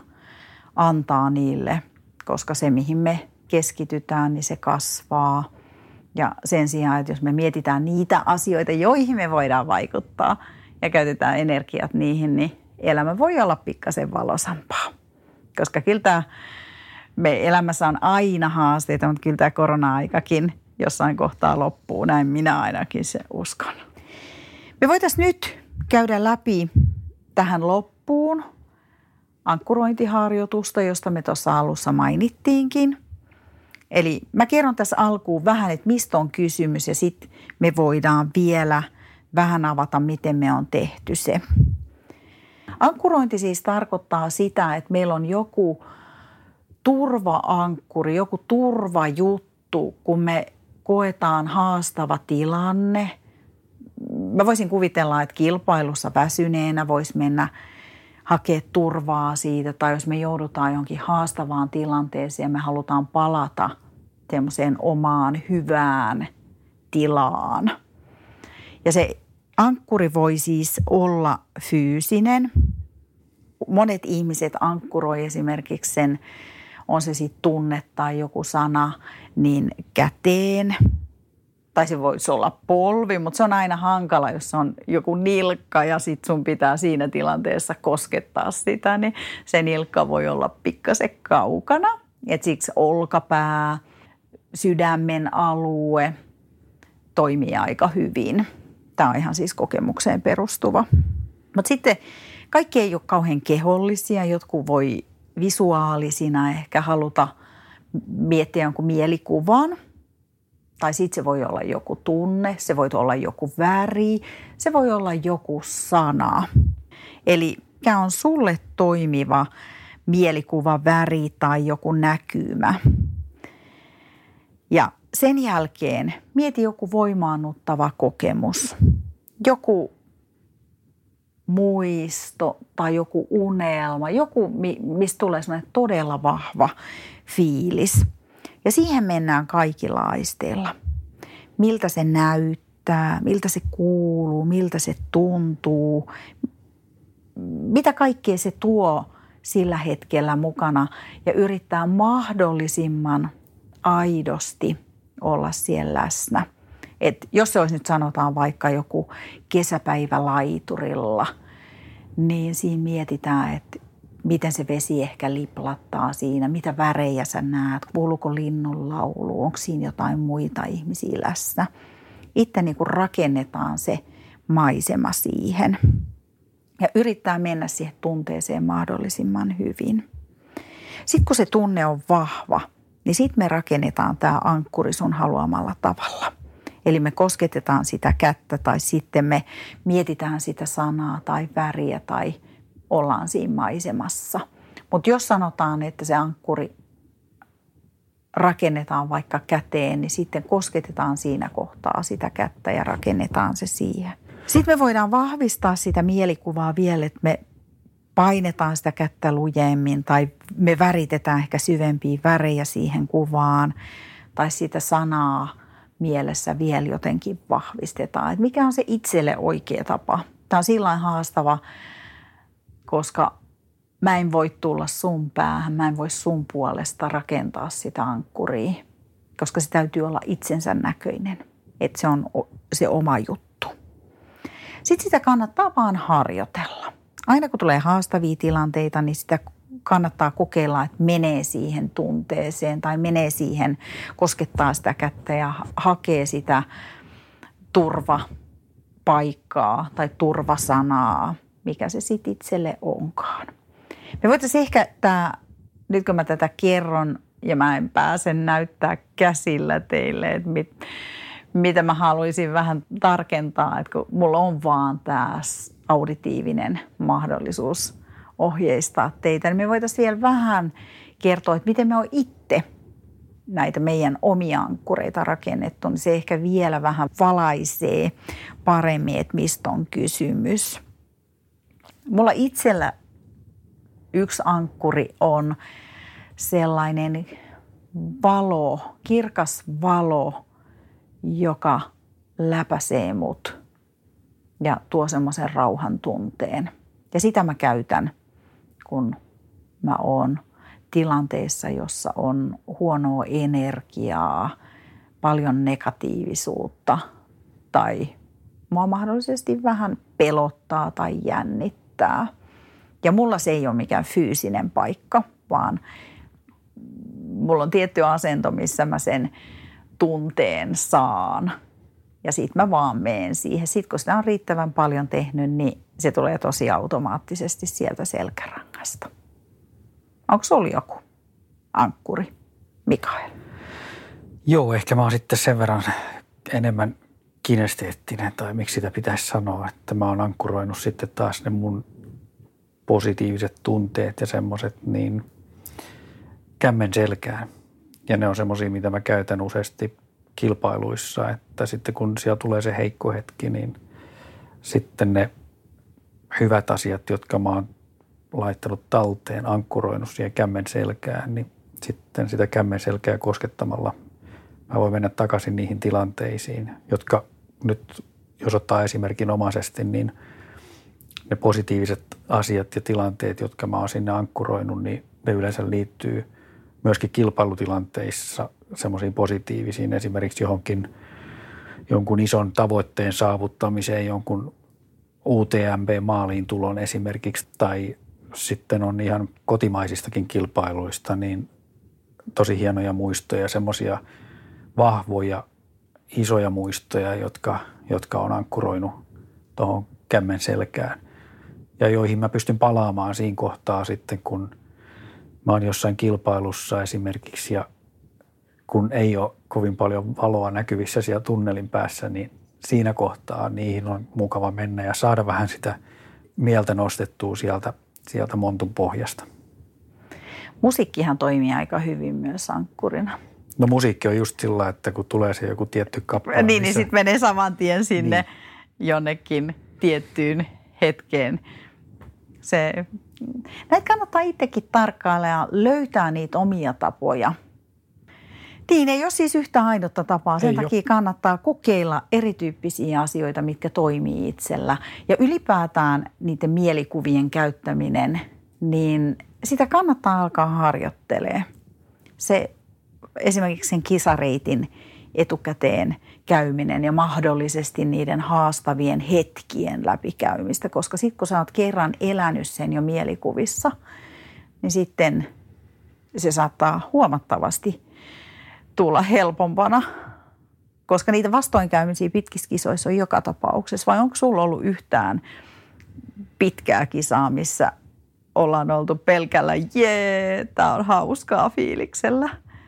antaa niille, koska se, mihin me keskitytään, niin se kasvaa. Ja sen sijaan, että jos me mietitään niitä asioita, joihin me voidaan vaikuttaa ja käytetään energiat niihin, niin elämä voi olla pikkasen valosampaa. Koska kyllä me elämässä on aina haasteita, mutta kyllä tämä korona-aikakin jossain kohtaa loppuu. Näin minä ainakin se uskon. Me voitaisiin nyt käydä läpi tähän loppuun ankkurointiharjoitusta, josta me tuossa alussa mainittiinkin. Eli mä kerron tässä alkuun vähän, että mistä on kysymys ja sitten me voidaan vielä vähän avata, miten me on tehty se. Ankkurointi siis tarkoittaa sitä, että meillä on joku turva-ankkuri, joku turvajuttu, kun me koetaan haastava tilanne. Mä voisin kuvitella, että kilpailussa väsyneenä voisi mennä hakea turvaa siitä, tai jos me joudutaan johonkin haastavaan tilanteeseen ja me halutaan palata semmoiseen omaan hyvään tilaan. Ja se ankkuri voi siis olla fyysinen. Monet ihmiset ankkuroi esimerkiksi sen, on se sitten tunne tai joku sana, niin käteen. Tai se voisi olla polvi, mutta se on aina hankala, jos on joku nilkka ja sitten sun pitää siinä tilanteessa koskettaa sitä, niin se nilkka voi olla pikkasen kaukana. Et siksi olkapää, sydämen alue toimii aika hyvin. Tämä on ihan siis kokemukseen perustuva. Mutta sitten kaikki ei ole kauhean kehollisia. Jotkut voi visuaalisina ehkä haluta miettiä jonkun mielikuvan. Tai sitten se voi olla joku tunne, se voi olla joku väri, se voi olla joku sana. Eli mikä on sulle toimiva mielikuva, väri tai joku näkymä. Ja sen jälkeen mieti joku voimaannuttava kokemus. Joku muisto tai joku unelma, joku, mistä tulee sellainen todella vahva fiilis. Ja siihen mennään kaikilla aisteilla. Miltä se näyttää, miltä se kuuluu, miltä se tuntuu, mitä kaikkea se tuo sillä hetkellä mukana ja yrittää mahdollisimman aidosti olla siellä läsnä. Et jos se olisi nyt sanotaan vaikka joku kesäpäivä laiturilla, niin siinä mietitään, että miten se vesi ehkä liplattaa siinä, mitä värejä sä näet, kuuluuko linnun laulu, onko siinä jotain muita ihmisiä läsnä. Itse niin kuin rakennetaan se maisema siihen ja yrittää mennä siihen tunteeseen mahdollisimman hyvin. Sitten kun se tunne on vahva, niin sitten me rakennetaan tämä ankkuri sun haluamalla tavalla. Eli me kosketetaan sitä kättä tai sitten me mietitään sitä sanaa tai väriä tai ollaan siinä maisemassa. Mutta jos sanotaan, että se ankkuri rakennetaan vaikka käteen, niin sitten kosketetaan siinä kohtaa sitä kättä ja rakennetaan se siihen. Sitten me voidaan vahvistaa sitä mielikuvaa vielä, että me painetaan sitä kättä lujemmin tai me väritetään ehkä syvempiä värejä siihen kuvaan tai sitä sanaa mielessä vielä jotenkin vahvistetaan. Että mikä on se itselle oikea tapa? Tämä on sillain haastava, koska mä en voi tulla sun päähän, mä en voi sun puolesta rakentaa sitä ankkuria, koska se täytyy olla itsensä näköinen, että se on se oma juttu. Sitten sitä kannattaa vaan harjoitella. Aina kun tulee haastavia tilanteita, niin sitä kannattaa kokeilla, että menee siihen tunteeseen tai menee siihen, koskettaa sitä kättä ja hakee sitä turvapaikkaa tai turvasanaa, mikä se sitten itselle onkaan. Me voitaisiin ehkä nyt kun mä tätä kerron ja mä en pääse näyttää käsillä teille, että mitä mä haluaisin vähän tarkentaa, että kun mulla on vaan tämä auditiivinen mahdollisuus ohjeistaa teitä, niin me voitaisiin vielä vähän kertoa, että miten me on itse näitä meidän omia ankkureita rakennettu, niin se ehkä vielä vähän valaisee paremmin, että mistä on kysymys. Mulla itsellä yksi ankkuri on sellainen valo, kirkas valo, joka läpäisee mut ja tuo semmoisen rauhan tunteen. Ja sitä mä käytän, kun mä oon tilanteessa, jossa on huonoa energiaa, paljon negatiivisuutta tai mua mahdollisesti vähän pelottaa tai jännittää. Ja mulla se ei ole mikään fyysinen paikka, vaan mulla on tietty asento, missä mä sen tunteen saan. Ja sit mä vaan meen siihen. Sitten kun sitä on riittävän paljon tehnyt, niin se tulee tosi automaattisesti sieltä selkärangasta. Onko sulla joku ankkuri, Mikael? Joo, ehkä mä oon sitten sen verran enemmän kinesteettinen, tai miksi sitä pitäisi sanoa, että mä oon ankkuroinut sitten taas ne mun positiiviset tunteet ja semmoiset niin kämmen selkään. Ja ne on semmoisia, mitä mä käytän useasti kilpailuissa, että sitten kun siellä tulee se heikko hetki, niin sitten ne hyvät asiat, jotka mä oon laittanut talteen, ankkuroinut siihen kämmen selkään, niin sitten sitä kämmen selkää koskettamalla mä voin mennä takaisin niihin tilanteisiin, jotka nyt, jos ottaa esimerkinomaisesti, niin ne positiiviset asiat ja tilanteet, jotka mä oon sinne ankkuroinut, niin ne yleensä liittyy myöskin kilpailutilanteissa semmoisiin positiivisiin, esimerkiksi jonkun ison tavoitteen saavuttamiseen, jonkun UTMB-maaliin tulon esimerkiksi, tai sitten on ihan kotimaisistakin kilpailuista, niin tosi hienoja muistoja, semmoisia vahvoja, isoja muistoja, jotka on ankkuroinut tuohon kämmen selkään ja joihin mä pystyn palaamaan siinä kohtaa sitten, kun mä oon jossain kilpailussa esimerkiksi ja kun ei ole kovin paljon valoa näkyvissä siellä tunnelin päässä, niin siinä kohtaa niihin on mukava mennä ja saada vähän sitä mieltä nostettua sieltä montun pohjasta. Musiikkihan toimii aika hyvin myös ankkurina. No musiikki on just sillä, että kun tulee se joku tietty kappale. Niin sitten menee saman tien sinne jonnekin tiettyyn hetkeen. Näitä kannattaa itsekin tarkkailla ja löytää niitä omia tapoja. Niin, ei ole siis yhtä ainutta tapaa. Sen takia kannattaa kokeilla erityyppisiä asioita, mitkä toimii itsellä. Ja ylipäätään niiden mielikuvien käyttäminen, niin sitä kannattaa alkaa harjoittelemaan. Se esimerkiksi sen kisareitin etukäteen käyminen ja mahdollisesti niiden haastavien hetkien läpikäymistä, koska sitten kun sä oot kerran elänyt sen jo mielikuvissa, niin sitten se saattaa huomattavasti tulla helpompana, koska niitä vastoinkäymisiä pitkissä kisoissa on joka tapauksessa. Vai onko sulla ollut yhtään pitkää kisaa, missä ollaan oltu pelkällä tää on hauskaa fiiliksellä?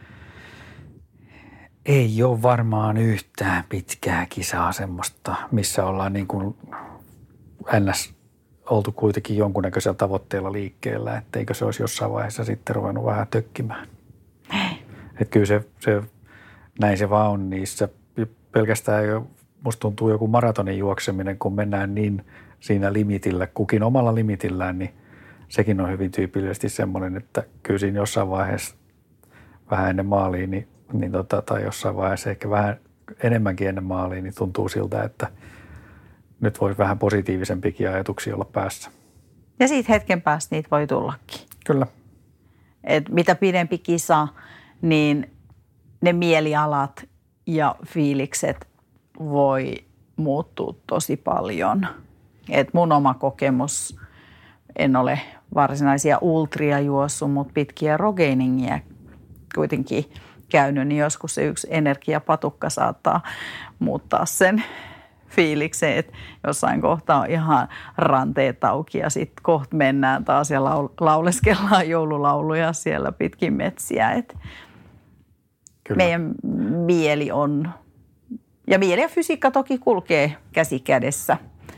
Ei ole varmaan yhtään pitkää kisaa semmoista, missä ollaan niin kuin ns. Oltu kuitenkin jonkunnäköisellä tavoitteella liikkeellä, etteikö se olisi jossain vaiheessa sitten ruvennut vähän tökkimään. Että kyllä se näin se vaan on niissä. Pelkästään musta tuntuu joku maratonin juokseminen, kun mennään niin siinä limitillä, kukin omalla limitillään, niin sekin on hyvin tyypillisesti semmoinen, että kyllä siinä jossain vaiheessa vähän ennen maaliin, tai jossain vaiheessa ehkä vähän enemmänkin ennen maaliin, niin tuntuu siltä, että nyt voisi vähän positiivisempikin ajatuksia olla päässä. Ja siitä hetken päästä niitä voi tullakin. Kyllä. Et mitä pidempi kisa, niin ne mielialat ja fiilikset voi muuttua tosi paljon. Et mun oma kokemus, en ole varsinaisia ultria juossut, mutta pitkiä rogeiningiä kuitenkin käynyt, niin joskus se yksi energiapatukka saattaa muuttaa sen fiiliksen, että jossain kohtaa on ihan ranteet auki ja sitten kohta mennään taas ja lauleskellaan joululauluja siellä pitkin metsiä. Meidän mieli on, ja mieli ja fysiikka toki kulkee käsi kädessä.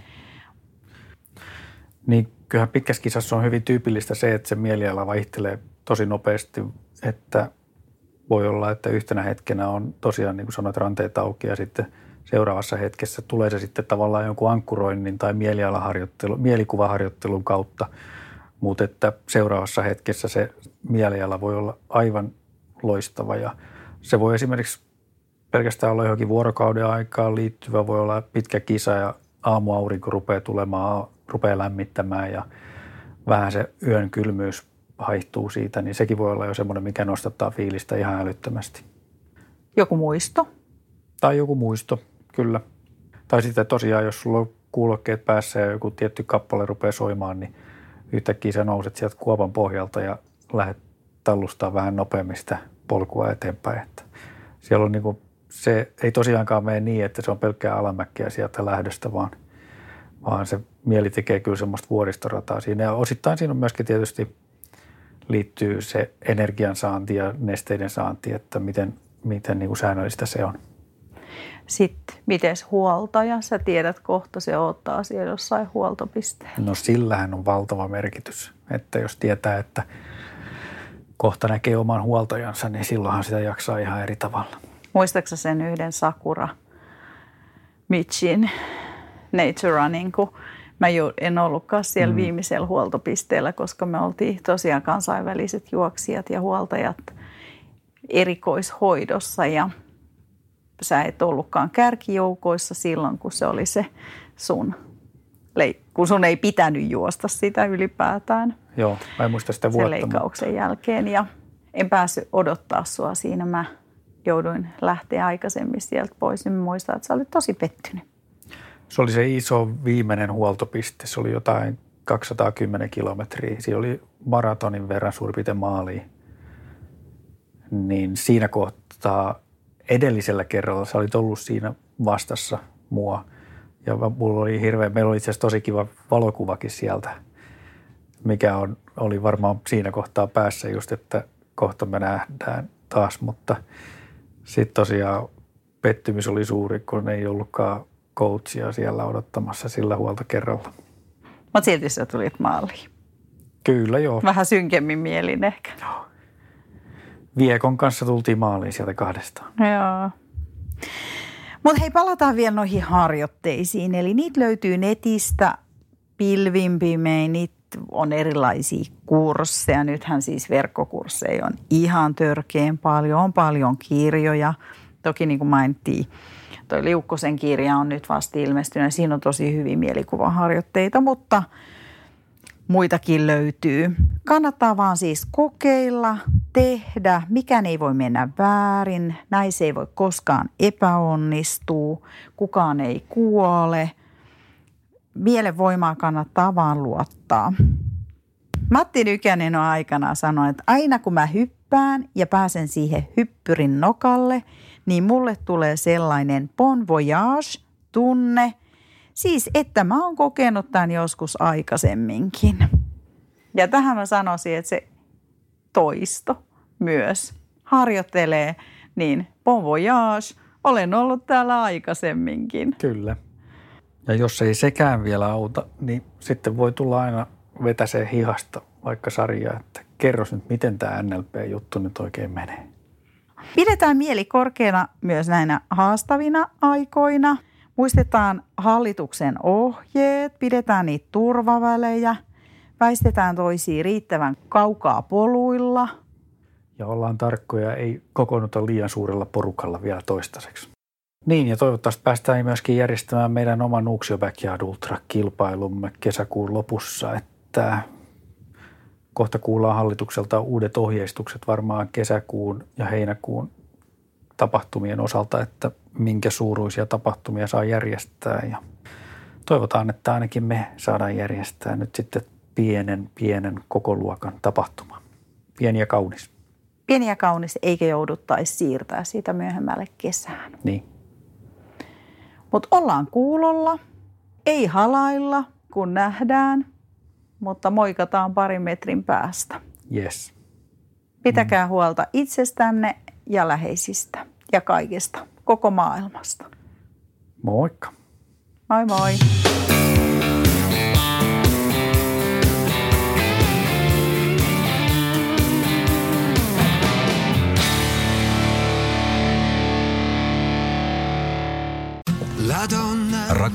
Niin kyllähän pitkässä kisassa on hyvin tyypillistä se, että se mieliala vaihtelee tosi nopeasti, että voi olla, että yhtenä hetkenä on tosiaan, niin kuin sanoit, ranteet auki ja sitten seuraavassa hetkessä tulee se sitten tavallaan jonkun ankkuroinnin tai mielikuvaharjoittelun kautta, mutta että seuraavassa hetkessä se mieliala voi olla aivan loistava ja se voi esimerkiksi pelkästään olla johonkin vuorokauden aikaan liittyvä, voi olla pitkä kisa ja aamuaurinko rupeaa lämmittämään ja vähän se yön kylmyys haihtuu siitä, niin sekin voi olla jo semmoinen, mikä nostattaa fiilistä ihan älyttömästi. Joku muisto? Tai joku muisto, kyllä. Tai sitten tosiaan, jos sulla on kuulokkeet päässä ja joku tietty kappale rupeaa soimaan, niin yhtäkkiä sä nouset sieltä kuopan pohjalta ja lähdet tallustaa vähän nopeammin sitä polkua eteenpäin. Että siellä on niin kuin, se ei tosiaankaan mene niin, että se on pelkkää alamäkkiä sieltä lähdöstä, vaan se mieli tekee kyllä semmoista vuoristorataa siinä. Ja osittain siinä on myöskin tietysti liittyy se energiansaanti ja nesteiden saanti, että miten niin kuin säännöllistä se on. Sitten, mites huoltaja? Sä tiedät kohta, se odottaa siellä jossain huoltopisteellä. No sillähän on valtava merkitys, että jos tietää, että kohta näkee oman huoltajansa, niin silloinhan sitä jaksaa ihan eri tavalla. Muistaaksä sen yhden Sakura Michin Nature Running, kun mä en ollutkaan siellä viimeisellä huoltopisteellä, koska me oltiin tosiaan kansainväliset juoksijat ja huoltajat erikoishoidossa ja sä et ollutkaan kärkijoukoissa silloin, kun se oli se kun sun ei pitänyt juosta sitä ylipäätään. Joo, mä en muista sitä vuotta. Sen leikkauksen jälkeen ja en päässyt odottaa sua siinä. Mä jouduin lähteä aikaisemmin sieltä pois, niin muistan, että sä olit tosi pettynyt. Se oli se iso viimeinen huoltopiste. Se oli jotain 210 kilometriä. Siinä oli maratonin verran suurin piirtein maaliin. Niin siinä kohtaa edellisellä kerralla sä olit ollut siinä vastassa mua. Ja mulla oli meillä oli itse asiassa tosi kiva valokuvakin sieltä, mikä oli varmaan siinä kohtaa päässä just, että kohta me nähdään taas. Mutta sitten tosiaan pettymys oli suuri, kun ei ollutkaan coachia siellä odottamassa sillä huoltokerralla. Mutta silti sä tulit maaliin. Kyllä, joo. Vähän synkemmin mielin ehkä. Joo. Viekon kanssa tultiin maaliin sieltä kahdestaan. Joo. Mutta hei, palataan vielä noihin harjoitteisiin. Eli niitä löytyy netistä pilvin pimein, niitä on erilaisia kursseja. Nythän siis verkkokursseja on ihan törkeän paljon, on paljon kirjoja. Toki niin kuin mainittiin, toi Liukkosen kirja on nyt vasta ilmestynyt. Siinä on tosi hyviä mielikuvaharjoitteita, mutta muitakin löytyy. Kannattaa vaan siis kokeilla, tehdä. Mikään ei voi mennä väärin. Näissä ei voi koskaan epäonnistua. Kukaan ei kuole. Mielenvoimaa kannattaa vaan luottaa. Matti Nykänen on aikanaan sanonut, että aina kun mä hyppään ja pääsen siihen hyppyrin nokalle, niin mulle tulee sellainen bon voyage-tunne. Siis, että mä oon kokenut tämän joskus aikaisemminkin. Ja tähän mä sanoisin, että se toisto myös harjoittelee, niin bon voyage, olen ollut täällä aikaisemminkin. Kyllä. Ja jos ei sekään vielä auta, niin sitten voi tulla aina vetäsee hihasta vaikka sarjaa, että kerros nyt, miten tämä NLP-juttu nyt oikein menee. Pidetään mieli korkeana myös näinä haastavina aikoina. Muistetaan hallituksen ohjeet, pidetään niitä turvavälejä, väistetään toisia riittävän kaukaa poluilla. Ja ollaan tarkkoja, ei kokoonnuta liian suurella porukalla vielä toistaiseksi. Niin, ja toivottavasti päästään myöskin järjestämään meidän oman Nuuksio Backyard Ultra-kilpailumme kesäkuun lopussa, että kohta kuullaan hallitukselta uudet ohjeistukset varmaan kesäkuun ja heinäkuun tapahtumien osalta, että minkä suuruisia tapahtumia saa järjestää. Ja toivotaan, että ainakin me saadaan järjestää nyt sitten pienen kokoluokan tapahtuma. Pieni ja kaunis. Pieni ja kaunis, eikä jouduttaisi siirtää siitä myöhemmälle kesään. Niin. Mutta ollaan kuulolla, ei halailla, kun nähdään, mutta moikataan parin metrin päästä. Yes. Pitäkää huolta itsestänne ja läheisistä ja kaikesta, koko maailmasta. Moikka. Moi moi.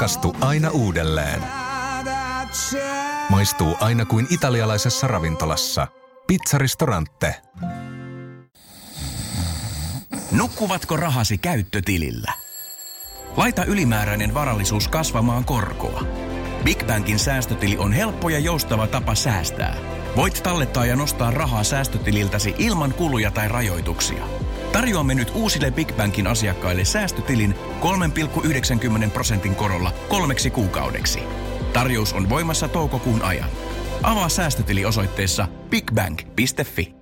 Rikastu aina uudelleen. Maistuu aina kuin italialaisessa ravintolassa. Pizzaristorante. Nukkuvatko rahasi käyttötilillä? Laita ylimääräinen varallisuus kasvamaan korkoa. Big Bankin säästötili on helppo ja joustava tapa säästää. Voit tallettaa ja nostaa rahaa säästötililtäsi ilman kuluja tai rajoituksia. Tarjoamme nyt uusille Big Bankin asiakkaille säästötilin 3,90% korolla 3 kuukaudeksi. Tarjous on voimassa toukokuun ajan. Avaa säästötili osoitteessa bigbank.fi.